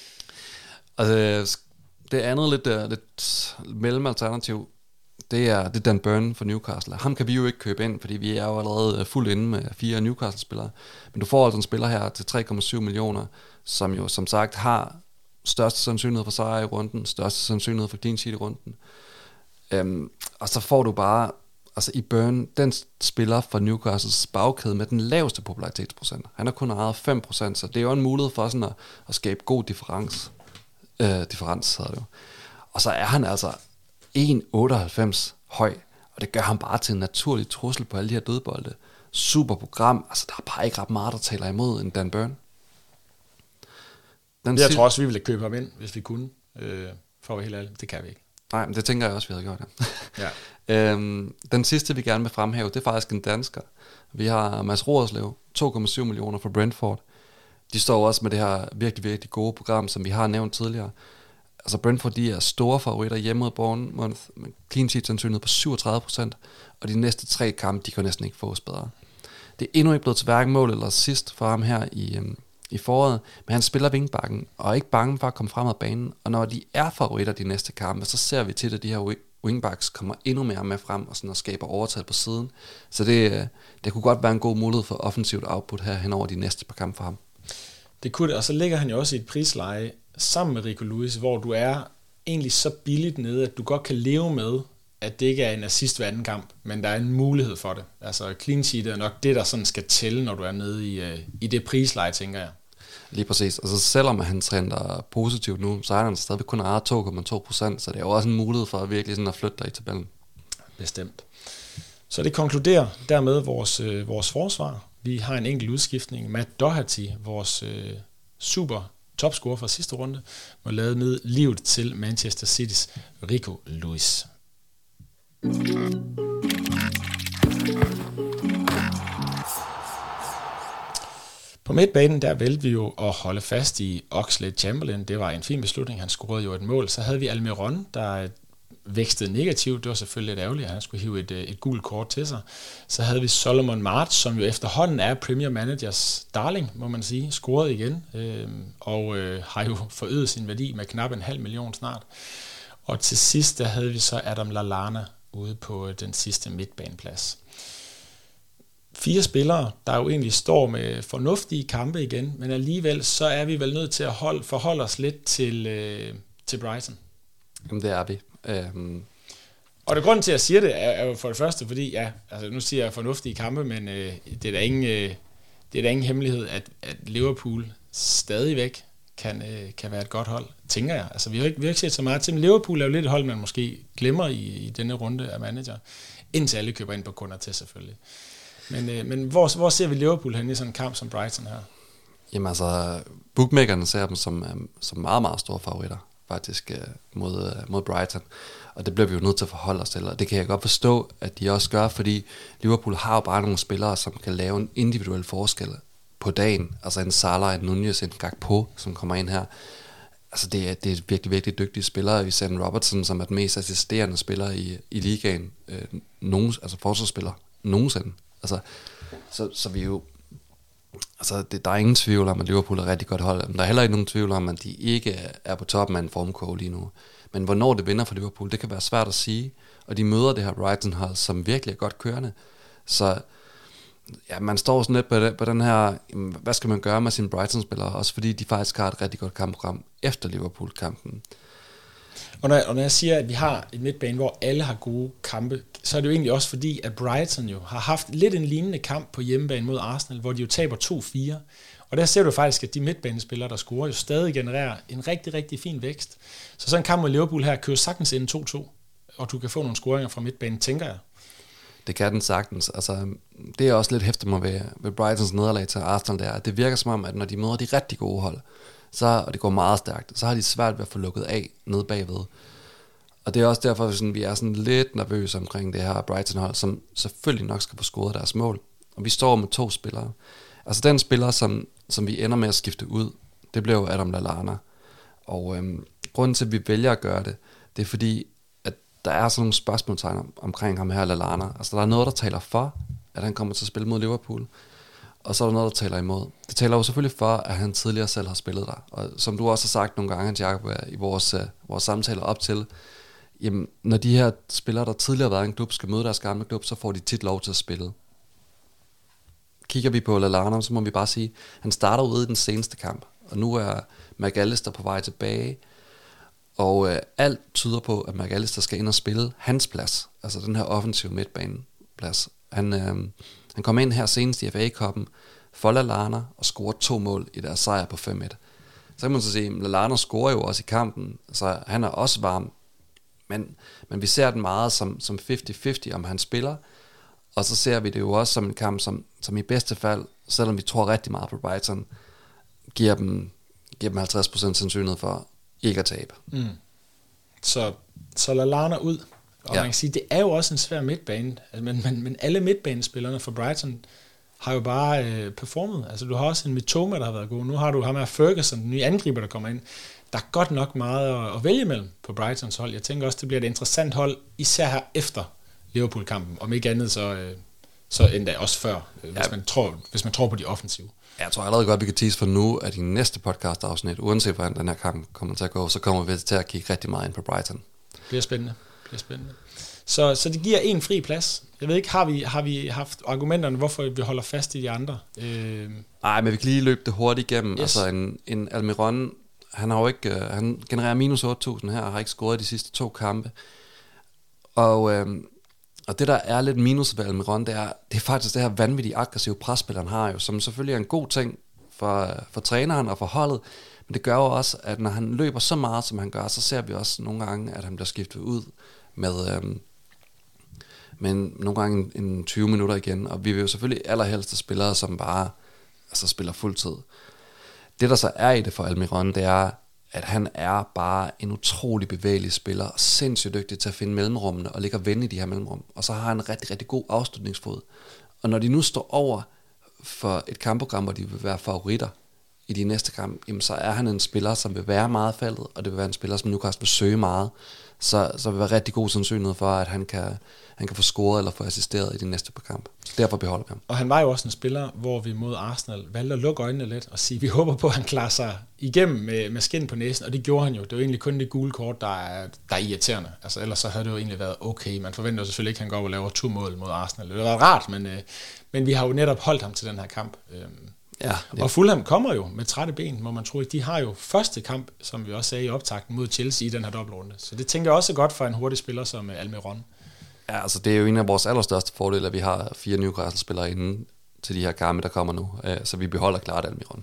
Altså, det andet lidt, uh, lidt mellemalternativ, det er, det er Dan Burn for Newcastle. Ham kan vi jo ikke købe ind, fordi vi er jo allerede fuldt inde med fire Newcastle-spillere. Men du får altså en spiller her til tre komma syv millioner, som jo som sagt har største sandsynlighed for sejr i runden, største sandsynlighed for clean sheet i runden. Um, og så får du bare, altså i Burn, den spiller for Newcastles bagkæde med den laveste popularitetsprocent. Han har kun ejet fem procent, så det er jo en mulighed for sådan at, at skabe god difference. Uh, difference hedder det jo. Og så er han altså en komma otteoghalvfems høj, og det gør ham bare til en naturlig trussel på alle de her dødbolde. Super program, altså der er bare ikke ret meget, der taler imod en Dan Burn. Den jeg tror også, vi ville købe ham ind, hvis vi kunne, øh, for at være helt ærlig. Det kan vi ikke. Nej, men det tænker jeg også, vi havde gjort. Ja. Ja. øhm, den sidste, vi gerne vil fremhæve, det er faktisk en dansker. Vi har Mads Roerslev, to komma syv millioner for Brentford. De står også med det her virkelig, virkelig gode program, som vi har nævnt tidligere. Altså Brentford, de er store favoritter hjemme mod Bournemouth, med clean sheet sandsynlighed på syvogtredive procent, og de næste tre kampe, de kan næsten ikke fås bedre. Det er endnu ikke blevet til hverken mål eller assist for ham her i, øhm, i foråret, men han spiller wingbacken, og er ikke bange for at komme frem ad banen, og når de er favoritter de næste kampe, så ser vi til, at de her wingbacks kommer endnu mere med frem, og, sådan, og skaber overtal på siden. Så det, det kunne godt være en god mulighed for offensivt output her hen over de næste par kampe for ham. Det kunne det, og så ligger han jo også i et prisleje sammen med Rico Lewis, hvor du er egentlig så billigt nede, at du godt kan leve med, at det ikke er en assist hver anden kamp, men der er en mulighed for det. Altså clean sheet er nok det, der sådan skal tælle, når du er nede i, uh, i det prisleje, tænker jeg. Lige præcis. Altså selvom han trender positivt nu, så er han stadigvæk kun ejet to komma to procent, så det er jo også en mulighed for at virkelig sådan at flytte dig i tabellen. Bestemt. Så det konkluderer dermed vores, øh, vores forsvar. Vi har en enkelt udskiftning. Matt Doherty, vores øh, super topscorer fra sidste runde, må lade ned livet til Manchester City's Rico Lewis. På midtbanen, der valgte vi jo at holde fast i Oxlade-Chamberlain. Det var en fin beslutning. Han scorede jo et mål. Så havde vi Almiron, der vækstede negativt. Det var selvfølgelig lidt ærgerligt, at han skulle hive et, et gult kort til sig. Så havde vi Solomon March, som jo efterhånden er Premier Managers darling, må man sige. Scorede igen, øh, og øh, har jo forøget sin værdi med knap en halv million snart. Og til sidst, der havde vi så Adam Lallana ude på den sidste midtbaneplads. fire spillere, der jo egentlig står med fornuftige kampe igen, men alligevel så er vi vel nødt til at holde, forholde os lidt til, øh, til Brighton. Jamen det er vi. Øhm. Og det grund til, at jeg siger det, er, er jo for det første, fordi, ja, altså nu siger jeg fornuftige kampe, men øh, det er da ingen, øh, det er da ingen hemmelighed, at, at Liverpool stadigvæk kan, øh, kan være et godt hold, tænker jeg. Altså vi har ikke, vi har ikke set så meget til, men Liverpool er jo lidt et hold, man måske glemmer i, i denne runde af manager, indtil alle køber ind på kunder til selvfølgelig. Men, øh, men hvor, hvor ser vi Liverpool hen i sådan en kamp som Brighton her? Jamen altså, bookmakerne ser dem som, som meget, meget store favoritter, faktisk, mod, mod Brighton. Og det bliver vi jo nødt til at forholde os til, og det kan jeg godt forstå, at de også gør, fordi Liverpool har jo bare nogle spillere, som kan lave en individuel forskel på dagen. Altså en Salah, en Nunez, en Gakpo, som kommer ind her. Altså det er, det er virkelig, virkelig dygtige spillere. Vi ser en Robertson, som er den mest assisterende spiller i, i ligaen. Øh, nogen, altså forsvarsspiller nogensinde. Altså, så, så vi jo... Altså, det, der er ingen tvivl om, at Liverpool er et rigtig godt hold. Men der er heller ikke nogen tvivl om, at de ikke er på toppen af en formkurve lige nu. Men hvornår det vinder for Liverpool, det kan være svært at sige. Og de møder det her Brighton-hold, som virkelig er godt kørende. Så ja, man står sådan lidt på, det, på den her, hvad skal man gøre med sine Brighton-spillere? Også fordi de faktisk har et rigtig godt kampprogram efter Liverpool-kampen. Og når, og når jeg siger, at vi har et midtbane, hvor alle har gode kampe, så er det jo egentlig også fordi, at Brighton jo har haft lidt en lignende kamp på hjemmebane mod Arsenal, hvor de jo taber to fire. Og der ser du faktisk, at de midtbanespillere, der scorer, jo stadig genererer en rigtig, rigtig fin vækst. Så sådan en kamp mod Liverpool her kører sagtens ind to to, og du kan få nogle scoringer fra midtbanen, tænker jeg. Det kan den sagtens. Altså, det er også lidt hæftet mig ved, ved Brightons nederlag til Arsenal, der. Det virker som om, at når de møder de rigtig gode hold, så, og det går meget stærkt, så har de svært ved at få lukket af nede bagved. Og det er også derfor, at vi er sådan lidt nervøse omkring det her Brighton-hold, som selvfølgelig nok skal få scoret deres mål. Og vi står med to spillere. Altså den spiller, som, som vi ender med at skifte ud, det blev Adam Lallana. Og øhm, grunden til, at vi vælger at gøre det, det er fordi, at der er sådan nogle spørgsmålstegn om, omkring ham her, Lallana. Altså der er noget, der taler for, at han kommer til at spille mod Liverpool. Og så er der noget, der taler imod. Det taler jo selvfølgelig for, at han tidligere selv har spillet der. Og som du også har sagt nogle gange, Jacob, i vores, uh, vores samtaler op til, jamen, når de her spillere, der tidligere har været i en klub, skal møde deres gamle klub, så får de tit lov til at spille. Kigger vi på Lallana, så må vi bare sige, at han starter ude i den seneste kamp. Og nu er McAllister på vej tilbage. Og uh, alt tyder på, at McAllister skal ind og spille hans plads. Altså den her offensive midtbaneplads. Han... Uh, Han kom ind her senest i F A-cuppen for Lallana og scorede to mål i deres sejr på fem et. Så kan man så sige, at Lallana scorer jo også i kampen, så han er også varm. Men, men vi ser den meget som, som halvtreds halvtreds, om han spiller. Og så ser vi det jo også som en kamp, som, som i bedste fald, selvom vi tror rigtig meget på Brighton, giver dem, giver dem halvtreds procent sandsynlighed for ikke at tabe. Mm. Så, så Lallana ud. Og ja. Man kan sige, det er jo også en svær midtbane, men, men, men alle midtbanespillerne for Brighton har jo bare øh, performet. Altså du har også en Mitoma, der har været god. Nu har du ham her Ferguson, den nye angriber, der kommer ind. Der er godt nok meget at, at vælge mellem på Brightons hold. Jeg tænker også, det bliver et interessant hold, især her efter Liverpool-kampen. Om ikke andet, så, øh, så endda også før, øh, hvis, ja. man tror, hvis man tror på de offensive. Jeg tror allerede godt, vi kan tease for nu, at i næste podcast-afsnit, uanset hvordan den her kamp kommer til at gå, så kommer vi til at kigge rigtig meget ind på Brighton. Det bliver spændende. Det er spændende. Så, så det giver en fri plads. Jeg ved ikke, har vi, har vi haft argumenterne, hvorfor vi holder fast i de andre? Øh... Nej, men vi kan lige løbe det hurtigt igennem. Yes. Altså en, en Almiron, han har jo ikke, uh, han genererer minus otte tusind her, og har ikke scoret de sidste to kampe. Og, øh, og det der er lidt minus ved Almiron, det er, det er faktisk det her vanvittige aggressive presspil, han har jo, som selvfølgelig er en god ting for, for træneren og for holdet, men det gør jo også, at når han løber så meget, som han gør, så ser vi også nogle gange, at han bliver skiftet ud med, øhm, med nogle gange en tyve minutter igen, og vi vil jo selvfølgelig allerhelst spillere, som bare altså spiller fuldtid. Det der så er i det for Almiron, det er, at han er bare en utrolig bevægelig spiller, og sindssygt dygtig til at finde mellemrummene, og ligge og vende i de her mellemrum, og så har han en rigtig, rigtig god afslutningsfod. Og når de nu står over for et kampprogram, hvor de vil være favoritter i de næste kampe, jamen så er han en spiller, som vil være meget faldet, og det vil være en spiller, som Newcastle vil søge meget, så, så vil være rigtig god sandsynlighed for, at han kan, han kan få scoret eller få assisteret i de næste par kampe. Derfor beholder vi ham. Og han var jo også en spiller, hvor vi mod Arsenal valgte at lukke øjnene lidt og sige, at vi håber på, at han klarer sig igennem med, med skin på næsen, og det gjorde han jo. Det var egentlig kun det gule kort, der er, der er irriterende. Altså, ellers så havde det jo egentlig været okay. Man forventer jo selvfølgelig ikke, at han går op og laver to mål mod Arsenal. Det var rart, men, øh, men vi har jo netop holdt ham til den her kamp. Ja, ja. Og Fulham kommer jo med trætte ben, må man tro. De har jo første kamp, som vi også sagde i optakten, mod Chelsea i den her dobbeltrunde. Så det tænker jeg også er godt for en hurtig spiller som Almiron. Ja, altså det er jo en af vores allerstørste fordele, at vi har fire Newcastle-spillere inde til de her kampe, der kommer nu. Så vi beholder klart Almiron.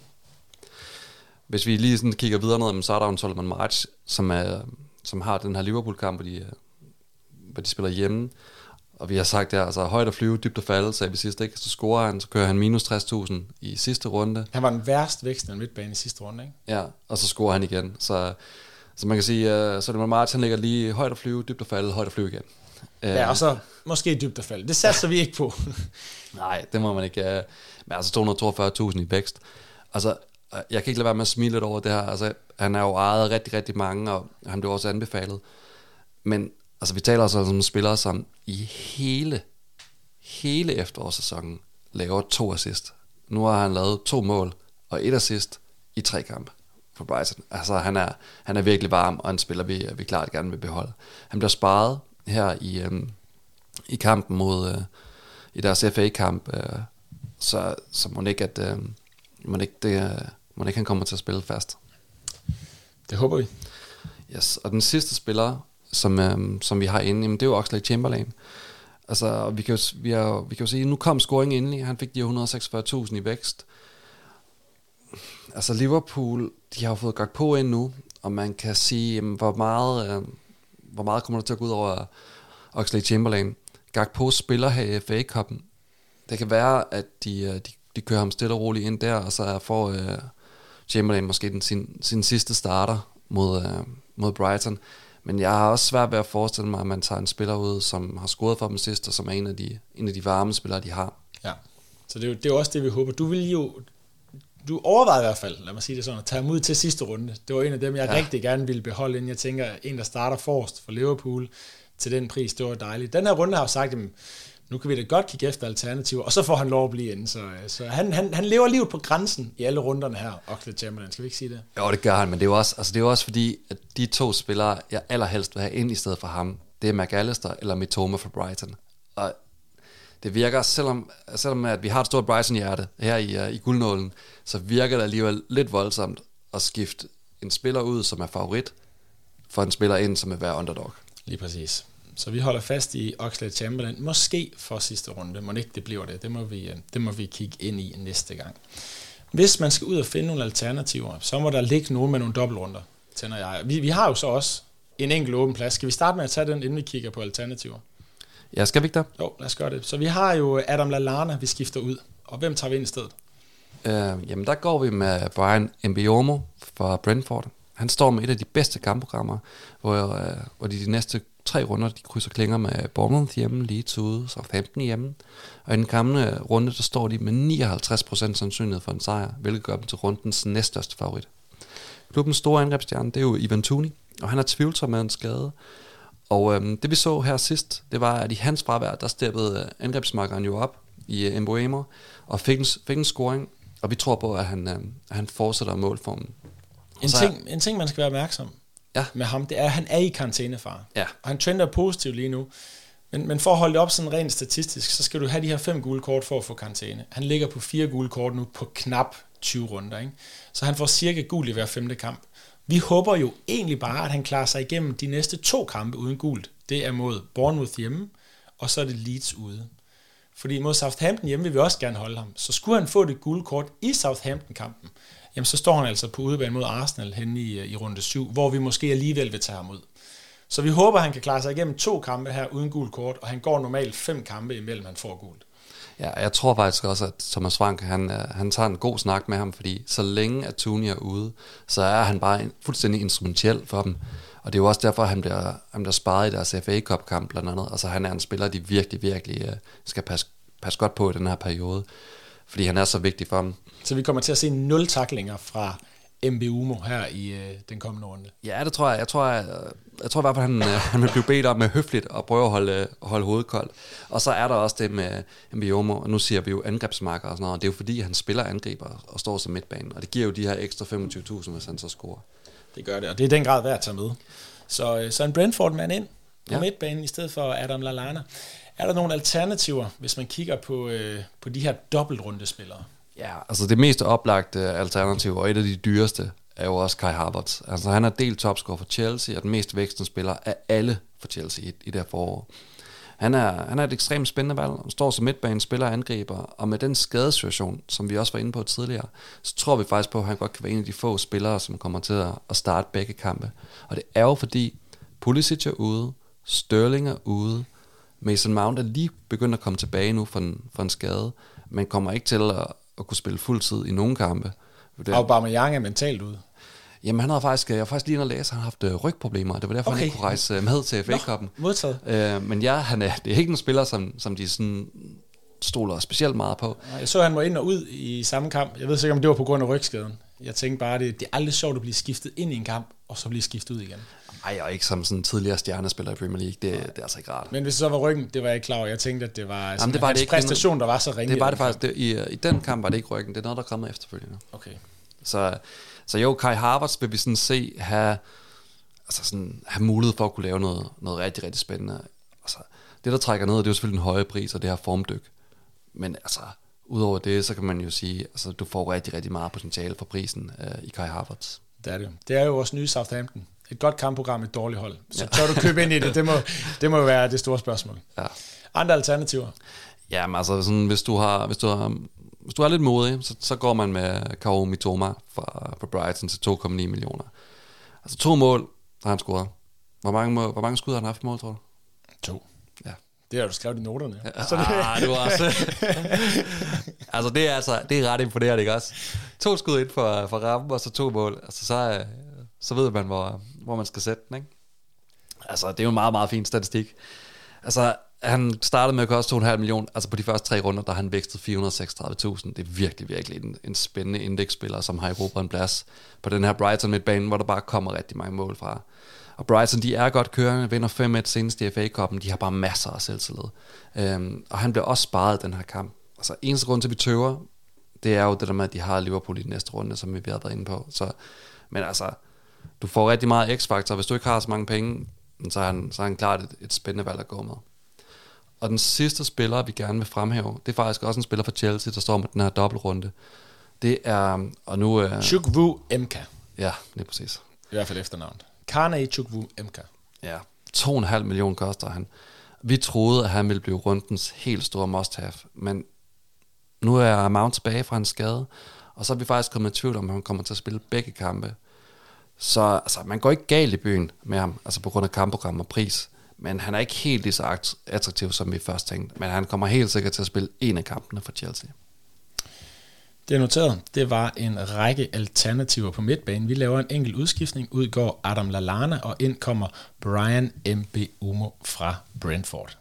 Hvis vi lige sådan kigger videre ned, så er der jo en Solomon March, som, er, som har den her Liverpool-kamp, hvor de, hvor de spiller hjemme. Og vi har sagt, ja, altså højt at flyve, dybt at falde, sagde vi sidst, ikke? Så scorer han, så kører han minus tres tusind i sidste runde. Han var den værst vækstende midtbane i sidste runde, ikke? Ja, og så scorer han igen. Så, så man kan sige, uh, Solomon March, han ligger lige højt at flyve, dybt at falde, højt at flyve igen. Ja, og så måske dybt at falde. Det satser vi ikke på. Nej, det må man ikke. Uh, men altså to hundrede og toogfyrre tusind i vækst. Altså, jeg kan ikke lade være med at smile lidt over det her. Altså, han er jo ejet rigtig, rigtig mange, og han blev også anbefalet. Men altså, vi taler altså om spillere, som i hele, hele efterårssæsonen laver to assist. Nu har han lavet to mål og et assist i tre kampe for Brighton. Altså, han er, han er virkelig varm, og en spiller, vi, vi klart gerne vil beholde. Han bliver sparet her i, øhm, i kampen mod, øh, i deres F A-kamp, øh, så, så må ikke, at øh, må ikke, det, øh, må ikke han kommer til at spille fast. Det håber vi. Yes, og den sidste spiller, som, øhm, som vi har inde, jamen, det er jo Oxlade-Chamberlain. Altså, vi kan jo, vi har, vi kan jo sige, nu kom scoringen endelig, han fik de et hundrede og seksogfyrre tusind i vækst. Altså, Liverpool, de har jo fået gagt på ind nu, og man kan sige, jamen, hvor meget, øh, hvor meget kommer der til at gå ud over Oxlade-Chamberlain. Gakpo spiller her i F A-cupen. Det kan være, at de, de, de kører ham stille og roligt ind der, og så får øh, Chamberlain måske den, sin, sin sidste starter mod, øh, mod Brighton. Men jeg har også svært ved at forestille mig, at man tager en spiller ud, som har scoret for dem sidst, og som er en af de, en af de varme spillere, de har. Ja, så det er jo det er også det, vi håber. Du vil jo, du overvejede i hvert fald, lad mig sige det sådan, at tage ham ud til sidste runde. Det var en af dem, jeg ja. rigtig gerne ville beholde, inden jeg tænker, en der starter forrest for Liverpool til den pris, det var dejligt. Den her runde har jeg sagt, jamen, nu kan vi da godt kigge efter alternativer, og så får han lov at blive inde. Så, så han, han, han lever livet på grænsen i alle runderne her, Oxlade-Chamberlain. Skal vi ikke sige det? Jo, det gør han, men det er jo også, altså det er jo også fordi, at de to spillere, jeg allerhelst vil have ind i stedet for ham, det er McAllister eller Mitoma for Brighton. Og det virker, selvom, selvom at vi har et stort Brighton-hjerte her i, uh, i guldnålen, så virker det alligevel lidt voldsomt at skifte en spiller ud, som er favorit, for en spiller ind, som vil være underdog. Lige præcis. Så vi holder fast i Oxlade-Chamberlain, måske for sidste runde, må ikke det bliver det. Det må, vi, det må vi kigge ind i næste gang. Hvis man skal ud og finde nogle alternativer, så må der ligge nogen med nogle dobbeltrunder, tænder jeg. Vi, vi har jo så også en enkelt åben plads. Skal vi starte med at tage den, inden vi kigger på alternativer? Ja, skal vi ikke der? Jo, lad os gøre det. Så vi har jo Adam Lallana, vi skifter ud. Og hvem tager vi ind i stedet? Øh, jamen, der går vi med Brian Mbeumo fra Brentford. Han står med et af de bedste kampprogrammer, hvor, øh, hvor de de næste tre runder, de krydser klinger med Bournemouth hjemme, Leeds ude, Southampton hjemme. Og i den kommende runde, der står de med nioghalvtreds procent sandsynlighed for en sejr, hvilket gør dem til rundens næststørste favorit. Klubbens store angrebsstjerne, det er jo Ivan Toney, og han er tvivlsom med en skade. Og øhm, det vi så her sidst, det var, at i hans fravær, der steppede angrebsmarkeren jo op i uh, Mbeumo, og fik en, fik en scoring, og vi tror på, at han, øh, at han fortsætter målformen. En ting, en ting, man skal være opmærksom ja. med ham, det er, at han er i karantænefare. Ja. Og han trender positivt lige nu. Men, men for at holde det op sådan rent statistisk, så skal du have de her fem gule kort for at få karantæne. Han ligger på fire gule kort nu på knap tyve runder. Ikke? Så han får cirka gul i hver femte kamp. Vi håber jo egentlig bare, at han klarer sig igennem de næste to kampe uden gult. Det er mod Bournemouth hjemme, og så er det Leeds ude. Fordi mod Southampton hjemme vil vi også gerne holde ham. Så skulle han få det gule kort i Southampton-kampen, jamen så står han altså på udebane mod Arsenal henne i, i runde syv, hvor vi måske alligevel vil tage ham ud. Så vi håber, at han kan klare sig igennem to kampe her uden gul kort, og han går normalt fem kampe imellem, han får gult. Ja, jeg tror faktisk også, at Thomas Frank, han, han tager en god snak med ham, fordi så længe at Toney er ude, så er han bare en, fuldstændig instrumentel for dem. Og det er jo også derfor, at han bliver, han bliver sparet i deres F A Cup-kamp blandt andet. Altså han er en spiller, de virkelig, virkelig uh, skal passe, passe godt på i den her periode. fordi han er så vigtig for dem. Så vi kommer til at se nul tacklinger fra Mbeumo her i øh, den kommende runde. Ja, det tror jeg. Jeg tror, jeg, jeg tror i hvert fald, han, han vil blive bedt om med høfligt at prøve at holde, holde hovedet koldt. Og så er der også det med Mbeumo, og nu siger vi jo angrebsmarker og sådan noget. Det er jo fordi, han spiller angriber og står som midtbanen, og det giver jo de her ekstra femogtyve tusind, hvis han så scorer. Det gør det, og det er i den grad værd at tage med. Så, så en Brentford-mand ind på ja. midtbanen i stedet for Adam Lallana. Er der nogle alternativer, hvis man kigger på, øh, på de her dobbeltrundespillere? Ja, altså det mest oplagte alternativ, og et af de dyreste, er jo også Kai Havertz. Altså han er delt topscorer for Chelsea, og den mest vækstende spiller af alle for Chelsea i, i det her forår. Han er, han er et ekstremt spændende valg. Han står som midtbane, spiller angriber, og med den skadesituation, som vi også var inde på tidligere, så tror vi faktisk på, at han godt kan være en af de få spillere, som kommer til at starte begge kampe. Og det er jo fordi, Pulisic er ude, Sterling er ude, Mason Mount er lige begyndt at komme tilbage nu fra en, fra en skade, men kommer ikke til at, at kunne spille fuld tid i nogle kampe. Og Aubameyang er mentalt ude. Jamen han har faktisk, jeg har faktisk lige at læse, han har haft uh, rygproblemer, det var derfor, okay. han ikke kunne rejse uh, med til F A-koppen. Modtaget. Uh, men ja, han er, det er ikke en spiller, som, som de sådan stoler specielt meget på. Jeg så, han må ind og ud i samme kamp. Jeg ved ikke, om det var på grund af rygskaden. Jeg tænkte bare, det, det er aldrig sjovt at blive skiftet ind i en kamp, og så blive skiftet ud igen. Nej, og ikke som sådan en tidligere stjernespiller i Premier League, det, det er altså ikke rart. Men hvis det så var ryggen, det var jeg ikke klar over. Jeg tænkte, at det var Jamen, det var hans det ikke, præstation, der var så ringe. Det var det faktisk. Det, i, I den kamp var det ikke ryggen, det er noget, der er kommet efterfølgende. Okay. Så, så jo, Kai Havertz vil vi sådan se have, altså sådan, have mulighed for at kunne lave noget, noget rigtig, rigtig spændende. Altså, det, der trækker ned, det er jo selvfølgelig den høje pris og det her formdyk. Men altså, udover det, så kan man jo sige, altså, du får rigtig, rigtig meget potentiale for prisen uh, i Kai Havertz. Det er det. Det er jo vores nye Southampton. Et godt kampprogram, et dårligt hold. Så ja. Tør du købe ind i det? Det må, det må være det store spørgsmål. Ja. Andre alternativer? Jamen altså, sådan, hvis du har, hvis du har, hvis du er lidt modig, så, så går man med Kaoru Mitoma fra, fra Brighton til to komma ni millioner. Altså to mål, har han scoret. Hvor mange, mål, hvor mange skud har han haft i mål, tror du? To. Ja. Det har du skrevet i noterne. Ja. Så det... Ah, du også. Altså, det er altså, det er ret imponerende, ikke også? To skud ind for, for rammen, og så to mål. Altså, så, så ved man, hvor, hvor man skal sætte den, ikke? Altså, det er jo en meget, meget fin statistik. Altså, han startede med at koste to komma fem millioner. Altså, på de første tre runder, der har han vækstet fire hundrede og seksogtredive tusind. Det er virkelig, virkelig en, en spændende indeksspiller, som har erobret en plads på den her Brighton midtbane, hvor der bare kommer rigtig mange mål fra. Og Brighton, de er godt kørende, vinder fem et senest i F A-koppen. De har bare masser af selvtillid. Øhm, og han bliver også sparet i den her kamp. Altså, eneste grund til, at vi tøver, det er jo det der med, at de har Liverpool i den næste runde, som vi har været inde på. Så, men altså, du får rigtig meget x-faktor. Hvis du ikke har så mange penge, så er han, så er han klart et, et spændende valg at gå med. Og den sidste spiller, vi gerne vil fremhæve, det er faktisk også en spiller for Chelsea, der står med den her dobbeltrunde. Det er, og nu... Uh, Chukwuemeka Emka. Ja, det er præcis. I hvert fald efternavnet. Carney Chukwuemeka Emka. Ja, to komma fem millioner koster han. Vi troede, at han ville blive rundens helt store must-have, men nu er Mount tilbage fra en skade, og så er vi faktisk kommet i tvivl om, at han kommer til at spille begge kampe. Så altså, man går ikke galt i byen med ham, altså på grund af kampprogram og pris, men han er ikke helt lige så attraktiv, som vi først tænkte, men han kommer helt sikkert til at spille en af kampene for Chelsea. Det er noteret. Det var en række alternativer på midtbanen. Vi laver en enkelt udskiftning. Ud går Adam Lallana, og ind kommer Brian Mbeumo fra Brentford.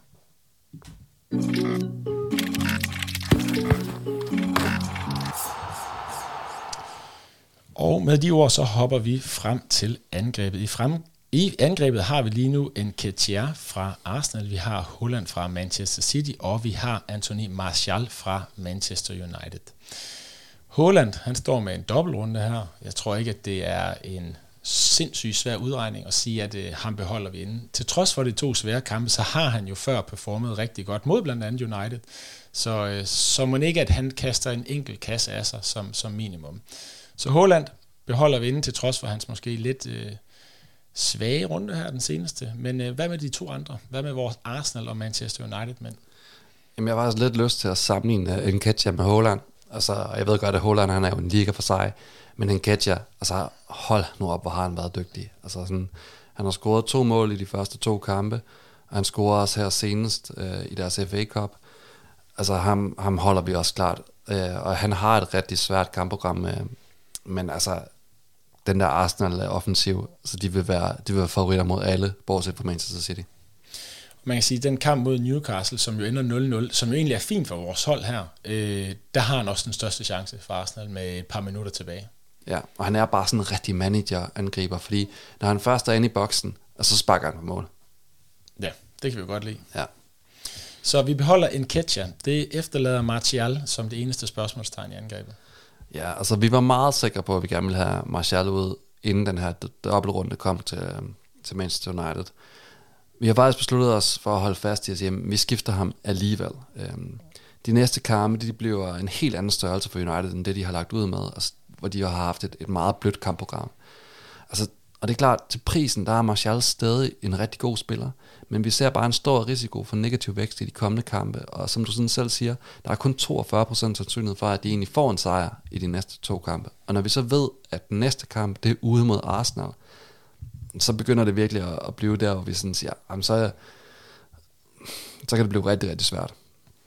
Og med de ord, så hopper vi frem til angrebet. I, frem, i angrebet har vi lige nu en Nketiah fra Arsenal, vi har Haaland fra Manchester City, og vi har Anthony Martial fra Manchester United. Haaland, han står med en dobbeltrunde her. Jeg tror ikke, at det er en sindssygt svær udregning at sige, at øh, ham beholder vi inde. Til trods for de to svære kampe, så har han jo før performet rigtig godt mod blandt andet United. Så, øh, så må ikke, at han kaster en enkelt kasse af sig som, som minimum. Så Haaland beholder vi inde, til trods for hans måske lidt øh, svage runde her, den seneste. Men øh, hvad med de to andre? Hvad med vores Arsenal og Manchester United-mænd? Jamen, jeg har faktisk lidt lyst til at sammenligne Nketiah med Haaland. Altså, jeg ved godt, at Haaland, han er jo en liga for sig, men Nketiah, altså, hold nu op, hvor har han været dygtig. Altså, sådan, han har scoret to mål i de første to kampe, og han scorer også her senest øh, i deres F A Cup. Altså, ham, ham holder vi også klart, øh, og han har et rigtig svært kampprogram, øh, men altså, den der Arsenal-offensiv, altså, de vil være, de vil være favoritter mod alle, bortset fra Manchester City. man kan sige, den kamp mod Newcastle, som jo ender nul nul, som jo egentlig er fint for vores hold her, øh, der har han også den største chance for Arsenal med et par minutter tilbage. Ja, og han er bare sådan en rigtig manager-angriber, fordi når han først er inde i boksen, og så sparker han på mål. Ja, det kan vi jo godt lide. Ja. Så vi beholder Nketiah. Det efterlader Martial som det eneste spørgsmålstegn i angrebet. Ja, altså vi var meget sikre på, at vi gerne ville have Martial ud, inden den her dobbeltrunde kom til, til Manchester United. Vi har faktisk besluttet os for at holde fast i at sige, at vi skifter ham alligevel. De næste kampe, de bliver en helt anden størrelse for United, end det de har lagt ud med, altså, hvor de har haft et, et meget blødt kampprogram. Altså, og det er klart, til prisen, der er Martial stadig en rigtig god spiller, men vi ser bare en stor risiko for negativ vækst i de kommende kampe, og som du sådan selv siger, der er kun toogfyrre procent sandsynlighed for, at de egentlig får en sejr i de næste to kampe. Og når vi så ved, at den næste kamp, det er ude mod Arsenal, så begynder det virkelig at, at blive der, hvor vi sådan siger, jamen så, så kan det blive rigtig, rigtig svært.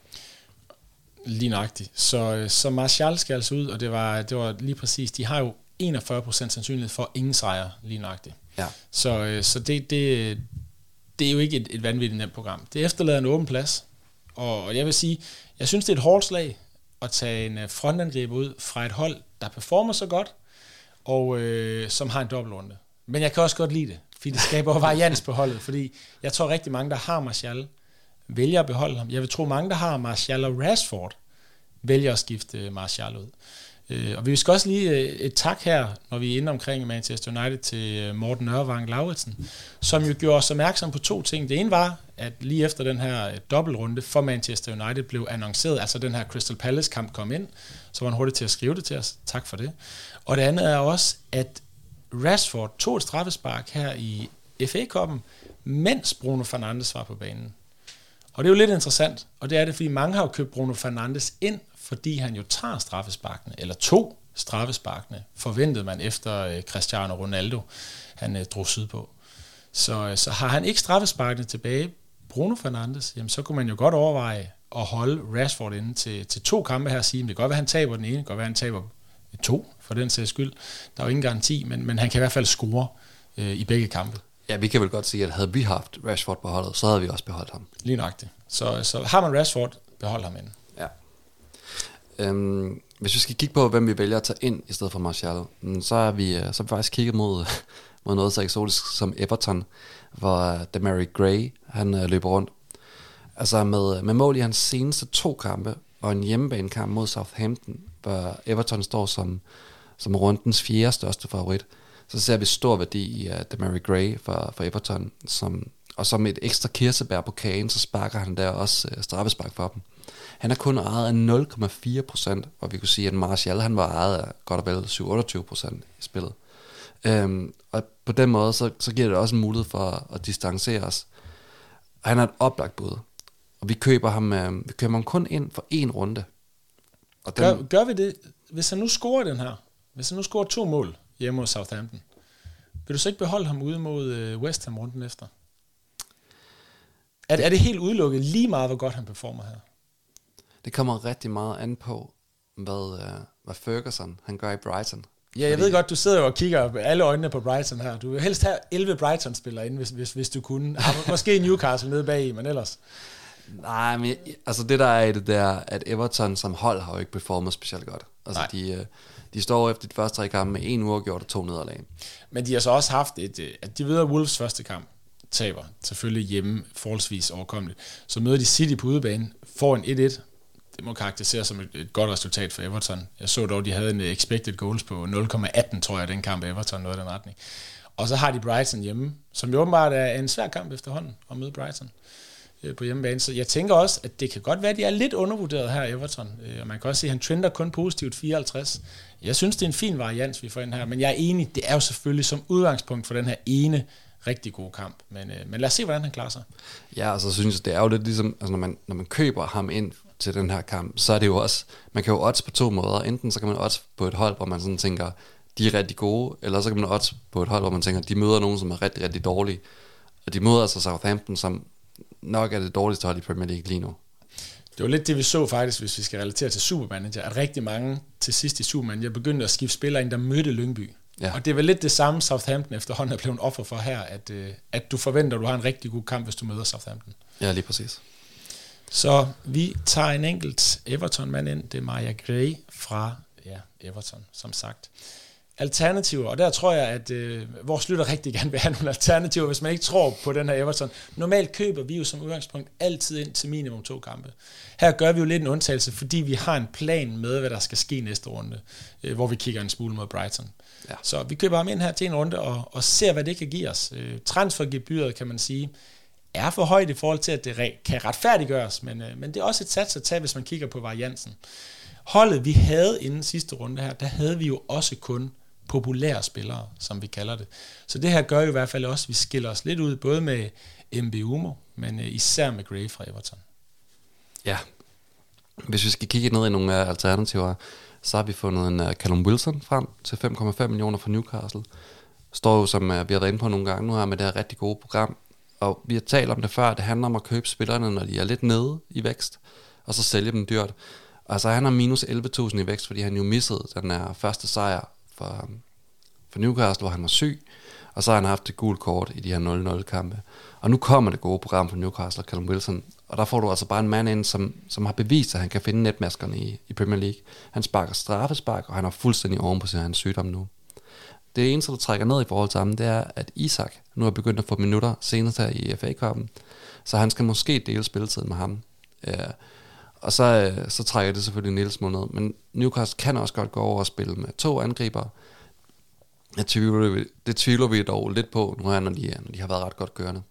Lige nøjagtigt. Så, så Martial skal altså ud, og det var, det var lige præcis, de har jo enogfyrre procent sandsynlighed for ingen sejr, lige nøjagtigt. Ja. Så, så det, det, det er jo ikke et, et vanvittigt nemt program. Det efterlader en åben plads, og jeg vil sige, jeg synes, det er et hårdt slag at tage en frontangriber ud fra et hold, der performer så godt, og øh, som har en dobbeltrunde. Men jeg kan også godt lide det, fordi det skaber varians på holdet, fordi jeg tror rigtig mange, der har Martial, vælger at beholde ham. Jeg vil tro, mange, der har Martial og Rashford, vælger at skifte Martial ud. Og vi skal også lige et tak her, når vi er inde omkring Manchester United, til Morten Ørvang Lauritsen, som jo gjorde os opmærksom på to ting. Det ene var, at lige efter den her dobbeltrunde for Manchester United blev annonceret, altså den her Crystal Palace kamp kom ind, så var han hurtigt til at skrive det til os. Tak for det. Og det andet er også, at Rashford tog et straffespark her i F A-koppen, mens Bruno Fernandes var på banen. Og det er jo lidt interessant, og det er det, fordi mange har jo købt Bruno Fernandes ind, fordi han jo tager straffesparkene, eller to straffesparkene, forventede man efter Cristiano Ronaldo, han drog sydpå. Så, så har han ikke straffesparkene tilbage, Bruno Fernandes, jamen så kunne man jo godt overveje at holde Rashford inde til, til to kampe her og sige, det kan godt være, han taber den ene, det kan godt være, han taber to, for den sags skyld. Der er jo ingen garanti, men, men han kan i hvert fald score øh, i begge kampe. Ja, vi kan vel godt sige, at havde vi haft Rashford på holdet, så havde vi også beholdt ham. Lige nøjagtigt. Så, så har man Rashford, behold ham inde. Ja. Øhm, hvis vi skal kigge på, hvem vi vælger at tage ind i stedet for Martial, så er vi, så er vi faktisk kigget mod, mod noget så eksotisk som Everton, hvor Demarai Gray, han løber rundt. Altså med, med mål i hans seneste to kampe, og en hjemmebanekamp mod Southampton, hvor Everton står som, som rundens fjerde største favorit, så ser vi stor værdi i uh, Demarai Gray for, for Everton, som, og som et ekstra kirsebær på kagen, så sparker han der også uh, straffespark for dem. Han er kun ejet af nul komma fire procent, og vi kunne sige, at Martial han var ejet af godt og vel syv til otteogtyve procent i spillet. Um, og på den måde, så, så giver det også en mulighed for at distancere os. Og han er et oplagt bud, og vi køber ham, uh, vi køber ham kun ind for en runde. Og den, gør, gør vi det, hvis han nu scorer den her, hvis han nu scorer to mål hjemme mod Southampton, vil du så ikke beholde ham ude mod øh, West Ham runden efter? Er, er det helt udelukket lige meget, hvor godt han performer her? Det kommer rigtig meget an på, hvad, øh, hvad Ferguson han gør i Brighton. Ja, jeg Fordi... ved godt, du sidder jo og kigger alle øjnene på Brighton her. Du vil helst have elleve Brighton-spillere inde, hvis, hvis, hvis du kunne. Måske Newcastle nede bag i, men ellers... Nej, men altså det der er i det der, at Everton som hold har jo ikke performet specielt godt. Altså de, de står efter de første tre kampe med en uafgjort og to nederlag. Men de har så også haft et, at de ved at Wolves første kamp taber, selvfølgelig hjemme forholdsvis overkommeligt. Så møder de City på udebane, får en et et. Det må karakteriseres som et, et godt resultat for Everton. Jeg så dog, de havde en expected goals på nul komma atten, tror jeg, den kamp Everton nåede den retning. Og så har de Brighton hjemme, som jo åbenbart er en svær kamp efterhånden at møde Brighton på hjemmebane. Så jeg tænker også, at det kan godt være, at de er lidt undervurderet her i Everton. Og man kan også se, at han trender kun positivt fireoghalvtreds. Jeg synes, det er en fin variant, vi får ind her. Men jeg er enig, det er jo selvfølgelig som udgangspunkt for den her ene rigtig gode kamp. Men, men lad os se, hvordan han klarer sig. Ja, og så synes jeg, det er jo lidt ligesom, altså når man, når man køber ham ind til den her kamp, så er det jo også, man kan jo odds på to måder. Enten så kan man odds på et hold, hvor man sådan tænker, de er rigtig gode, eller så kan man odds på et hold, hvor man tænker, de møder nogen, som er rigtig, rigtig dårlige. Og de møder altså Southampton, som nok er det dårligste hold i Premier League lige nu. Det var lidt det, vi så faktisk, hvis vi skal relatere til Supermanager, at rigtig mange til sidst i Supermanager begyndte at skifte spillere ind, der mødte Lyngby. Ja. Og det er vel lidt det samme, Southampton efterhånden er blevet en offer for her, at, øh, at du forventer, at du har en rigtig god kamp, hvis du møder Southampton. Ja, lige præcis. Så vi tager en enkelt Everton-mand ind, det er Maja Gray fra ja, Everton, som sagt. Alternativer, og der tror jeg, at øh, vores lytter rigtig gerne vil have nogle alternativer, hvis man ikke tror på den her Everton. Normalt køber vi jo som udgangspunkt altid ind til minimum to kampe. Her gør vi jo lidt en undtagelse, fordi vi har en plan med, hvad der skal ske næste runde, øh, hvor vi kigger en smule mod Brighton. Ja. Så vi køber ham ind her til en runde og, og ser, hvad det kan give os. Øh, transfergebyret, kan man sige, er for højt i forhold til, at det re- kan retfærdiggøres, men, øh, men det er også et sats at tage, hvis man kigger på variansen. Holdet, vi havde inden sidste runde her, der havde vi jo også kun populære spillere, som vi kalder det. Så det her gør jo i hvert fald også, at vi skiller os lidt ud, både med Mbeumo, men uh, især med Gray fra Everton. Ja, hvis vi skal kigge ned i nogle alternativer, så har vi fundet en uh, Callum Wilson frem til fem komma fem millioner fra Newcastle. Står jo, som uh, vi har været inde på nogle gange nu her, med det her rigtig gode program, og vi har talt om det før, det handler om at købe spillerne, når de er lidt nede i vækst, og så sælge dem dyrt. Altså han har minus elleve tusind i vækst, fordi han jo missede den her første sejr for, for Newcastle, hvor han var syg, og så har han haft det gule kort i de her nul nul kampe. Og nu kommer det gode program for Newcastle og Callum Wilson, og der får du altså bare en mand ind, som, som har bevist, at han kan finde netmaskerne i, i Premier League. Han sparker straffespark, og han er fuldstændig oven på sin hans sygdom nu. Det eneste, der trækker ned i forhold til ham, det er, at Isak nu er begyndt at få minutter senest her i F A-cupen, så han skal måske dele spilletiden med ham. Uh, og så, uh, så trækker det selvfølgelig en lille smule ned, men Newcastle kan også godt gå over og spille med to angribere. Jeg tvivler, det tvivler vi dog lidt på, nu her, når de, når de har været ret godt kørende.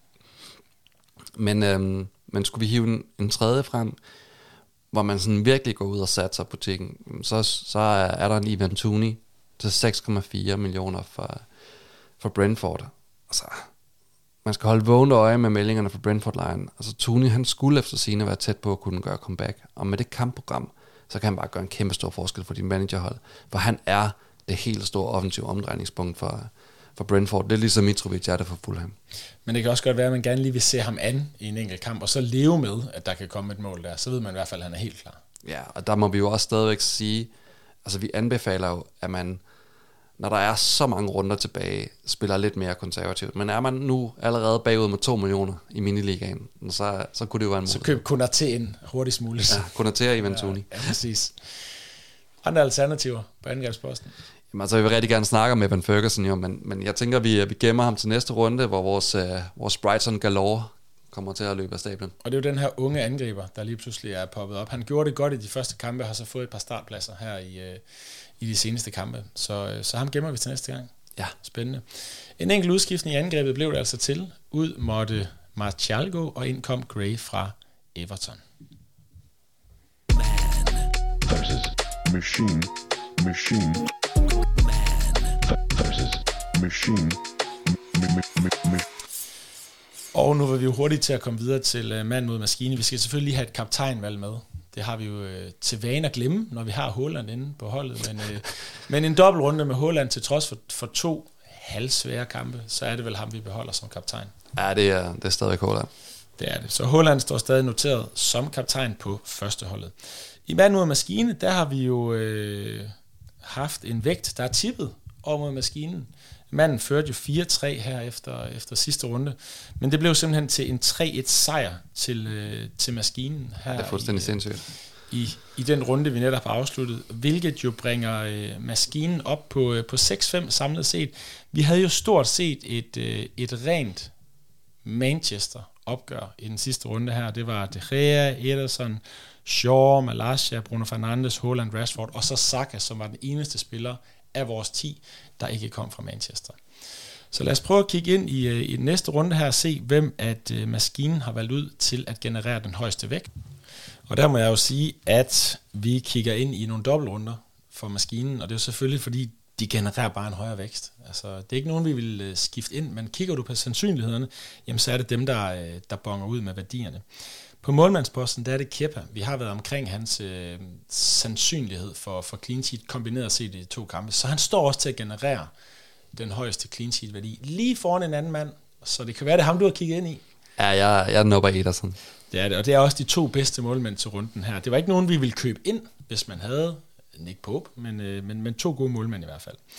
Men, øhm, men skulle vi hive en, en tredje frem, hvor man sådan virkelig går ud og satser på butikken, så, så er der en Ivan Toney til seks komma fire millioner for, for Brentford. Altså, man skal holde vågent øje med meldingerne fra Brentford-lejen. Altså Toney, han skulle efter sigende være tæt på at kunne gøre comeback, og med det kampprogram, så kan han bare gøre en kæmpe stor forskel for din managerhold, for han er det helt store offensive omdrejningspunkt for, for Brentford. Det er ligesom Mitrovic er det for Fulham. Men det kan også godt være, at man gerne lige vil se ham an i en enkelt kamp, og så leve med, at der kan komme et mål der. Så ved man i hvert fald, at han er helt klar. Ja, og der må vi jo også stadigvæk sige, altså vi anbefaler jo, at man, når der er så mange runder tilbage, spiller lidt mere konservativt. Men er man nu allerede bagud med to millioner i miniligaen, så, så kunne det jo være en mulighed. Så køb Konaté ind hurtigst muligt. Ja, Konaté og Ivan Toney. Ja, ja, præcis. Andre alternativer på angrebsposten? Jamen, altså, jeg vil rigtig gerne snakke om Evan Ferguson, jo, men, men jeg tænker, vi, vi gemmer ham til næste runde, hvor vores, uh, vores Brighton galore kommer til at løbe af stablen. Og det er jo den her unge angriber, der lige pludselig er poppet op. Han gjorde det godt i de første kampe, og har så fået et par startpladser her i, uh, i de seneste kampe. Så, uh, så ham gemmer vi til næste gang. Ja. Spændende. En enkelt udskiftning i angrebet blev det altså til. Ud måtte Martial gå, og ind kom Gray fra Everton. Man versus machine, machine. Versus machine. Og nu var vi jo hurtigt til at komme videre til uh, mand mod maskine. Vi skal selvfølgelig lige have et kaptajnvalg med. Det har vi jo uh, til vane at glemme, når vi har Haaland inde på holdet. Men, uh, men en dobbeltrunde med Haaland til trods for, for to halvsvære kampe, så er det vel ham, vi beholder som kaptajn. Ja, det er, det er stadig Haaland. Det er det. Så Haaland står stadig noteret som kaptajn på førsteholdet. I mand mod maskine, der har vi jo øh, haft en vægt, der er tippet over mod maskinen. Manden førte jo fire tre her efter, efter sidste runde, men det blev simpelthen til en tre et sejr til, øh, til maskinen her. Det er fuldstændig i, sindssygt. I, I den runde, vi netop har afsluttet, hvilket jo bringer øh, maskinen op på, øh, på seks fem samlet set. Vi havde jo stort set et, øh, et rent Manchester opgør i den sidste runde her. Det var De Gea, Ederson, Shaw, Malacia, Bruno Fernandes, Haaland, Rashford, og så Saka, som var den eneste spiller af vores ti, der ikke kom fra Manchester. Så lad os prøve at kigge ind i, i den næste runde her og se, hvem at uh, maskinen har valgt ud til at generere den højeste vægt. Og der må jeg jo sige, at vi kigger ind i nogle dobbeltrunder for maskinen, og det er jo selvfølgelig, fordi de genererer bare en højere vækst. Altså, det er ikke nogen, vi vil uh, skifte ind, men kigger du på sandsynlighederne, jamen så er det dem, der, uh, der bonger ud med værdierne. På målmandsposten, der er det Kepa. Vi har været omkring hans øh, sandsynlighed for, for clean sheet, kombineret set i de to kampe. Så han står også til at generere den højeste clean sheet værdi. Lige foran en anden mand. Så det kan være, det er ham, du har kigget ind i. Ja, jeg, jeg nopper Ederson. Det er det, og det er også de to bedste målmænd til runden her. Det var ikke nogen, vi ville købe ind, hvis man havde Nick Pope, men, øh, men, men to gode målmænd i hvert fald.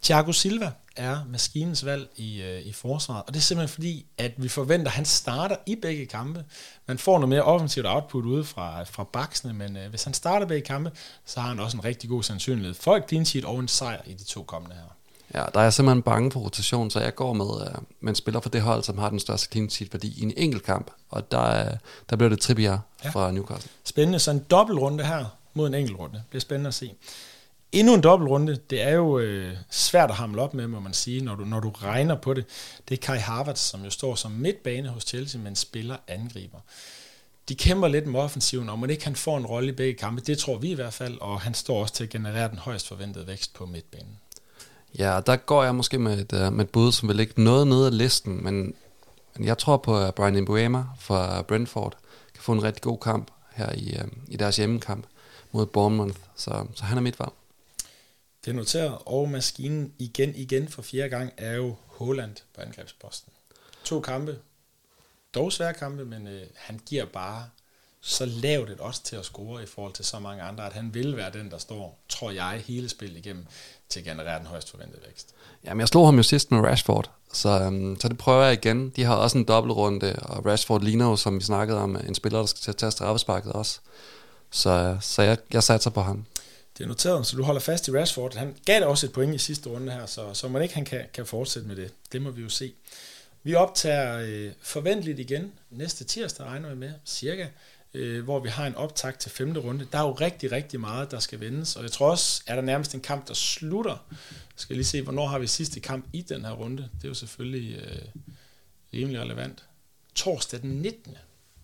Thiago Silva er maskinens valg i, øh, i forsvaret, og det er simpelthen fordi, at vi forventer, at han starter i begge kampe. Man får noget mere offensivt output ude fra, fra baksene, men øh, hvis han starter begge kampe, så har han også en rigtig god sandsynlighed for et clean sheet og en sejr i de to kommende her. Ja, der er jeg simpelthen bange for rotation, så jeg går med, øh, med en spiller for det hold, som har den største clean sheet værdi i en enkelt kamp, og der, øh, der bliver det Trippier ja. fra Newcastle. Spændende, så en dobbeltrunde her mod en enkelt runde. Det bliver spændende at se. Endnu en dobbeltrunde, det er jo øh, svært at hamle op med, må man sige, når du, når du regner på det. Det er Kai Havertz, som jo står som midtbane hos Chelsea, men spiller angriber. De kæmper lidt med offensiven, og må ikke han får en rolle i begge kampe, det tror vi i hvert fald, og han står også til at generere den højst forventede vækst på midtbanen. Ja, der går jeg måske med et, med et bud, som vil ligge noget nede af listen, men, men jeg tror på, at Bryan Mbeumo fra Brentford kan få en rigtig god kamp her i, i deres hjemmekamp mod Bournemouth, så, så han er mit valg. Det er noteret, og maskinen igen igen for fjerde gang er jo Haaland på angrebsposten. To kampe, dog svære kampe, men øh, han giver bare så lavt et også til at score i forhold til så mange andre, at han vil være den, der står, tror jeg, hele spillet igennem til at generere den højst forventede vækst. Jamen, jeg slog ham jo sidst med Rashford, så, øhm, så det prøver jeg igen. De har også en dobbeltrunde, og Rashford ligner jo, som vi snakkede om, en spiller, der skal til at tage straffesparket også. Så, så jeg, jeg satser på ham. Det er noteret, så du holder fast i Rashford. Han gav da også et point i sidste runde her, så, så man ikke han kan, kan fortsætte med det. Det må vi jo se. Vi optager øh, forventeligt igen næste tirsdag, regner vi med, cirka, øh, hvor vi har en optakt til femte runde. Der er jo rigtig, rigtig meget, der skal vendes, og jeg tror også, er der nærmest en kamp, der slutter. Jeg skal lige se, hvornår har vi sidste kamp i den her runde. Det er jo selvfølgelig øh, rimelig relevant. Torsdag den nittende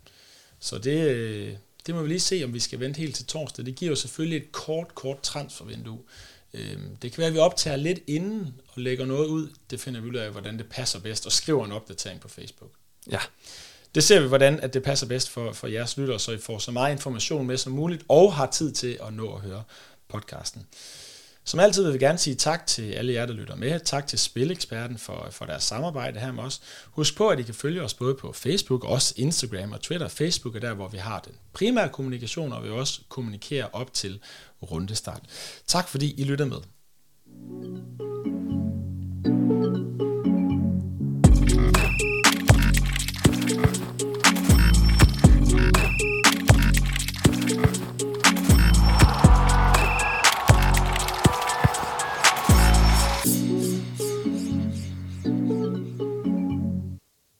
Så det... Øh, Det må vi lige se, om vi skal vente helt til torsdag. Det giver jo selvfølgelig et kort, kort transfervindue. Det kan være, at vi optager lidt inden og lægger noget ud. Det finder vi ud af, hvordan det passer bedst, og skriver en opdatering på Facebook. Ja. Det ser vi, hvordan at det passer bedst for, for jeres lyttere, så I får så meget information med som muligt, og har tid til at nå at høre podcasten. Som altid vil vi gerne sige tak til alle jer, der lytter med. Tak til Spileksperten for, for deres samarbejde her med os. Husk på, at I kan følge os både på Facebook, også Instagram og Twitter. Facebook er der, hvor vi har den primære kommunikation, og vi også kommunikerer op til rundestart. Tak fordi I lytter med.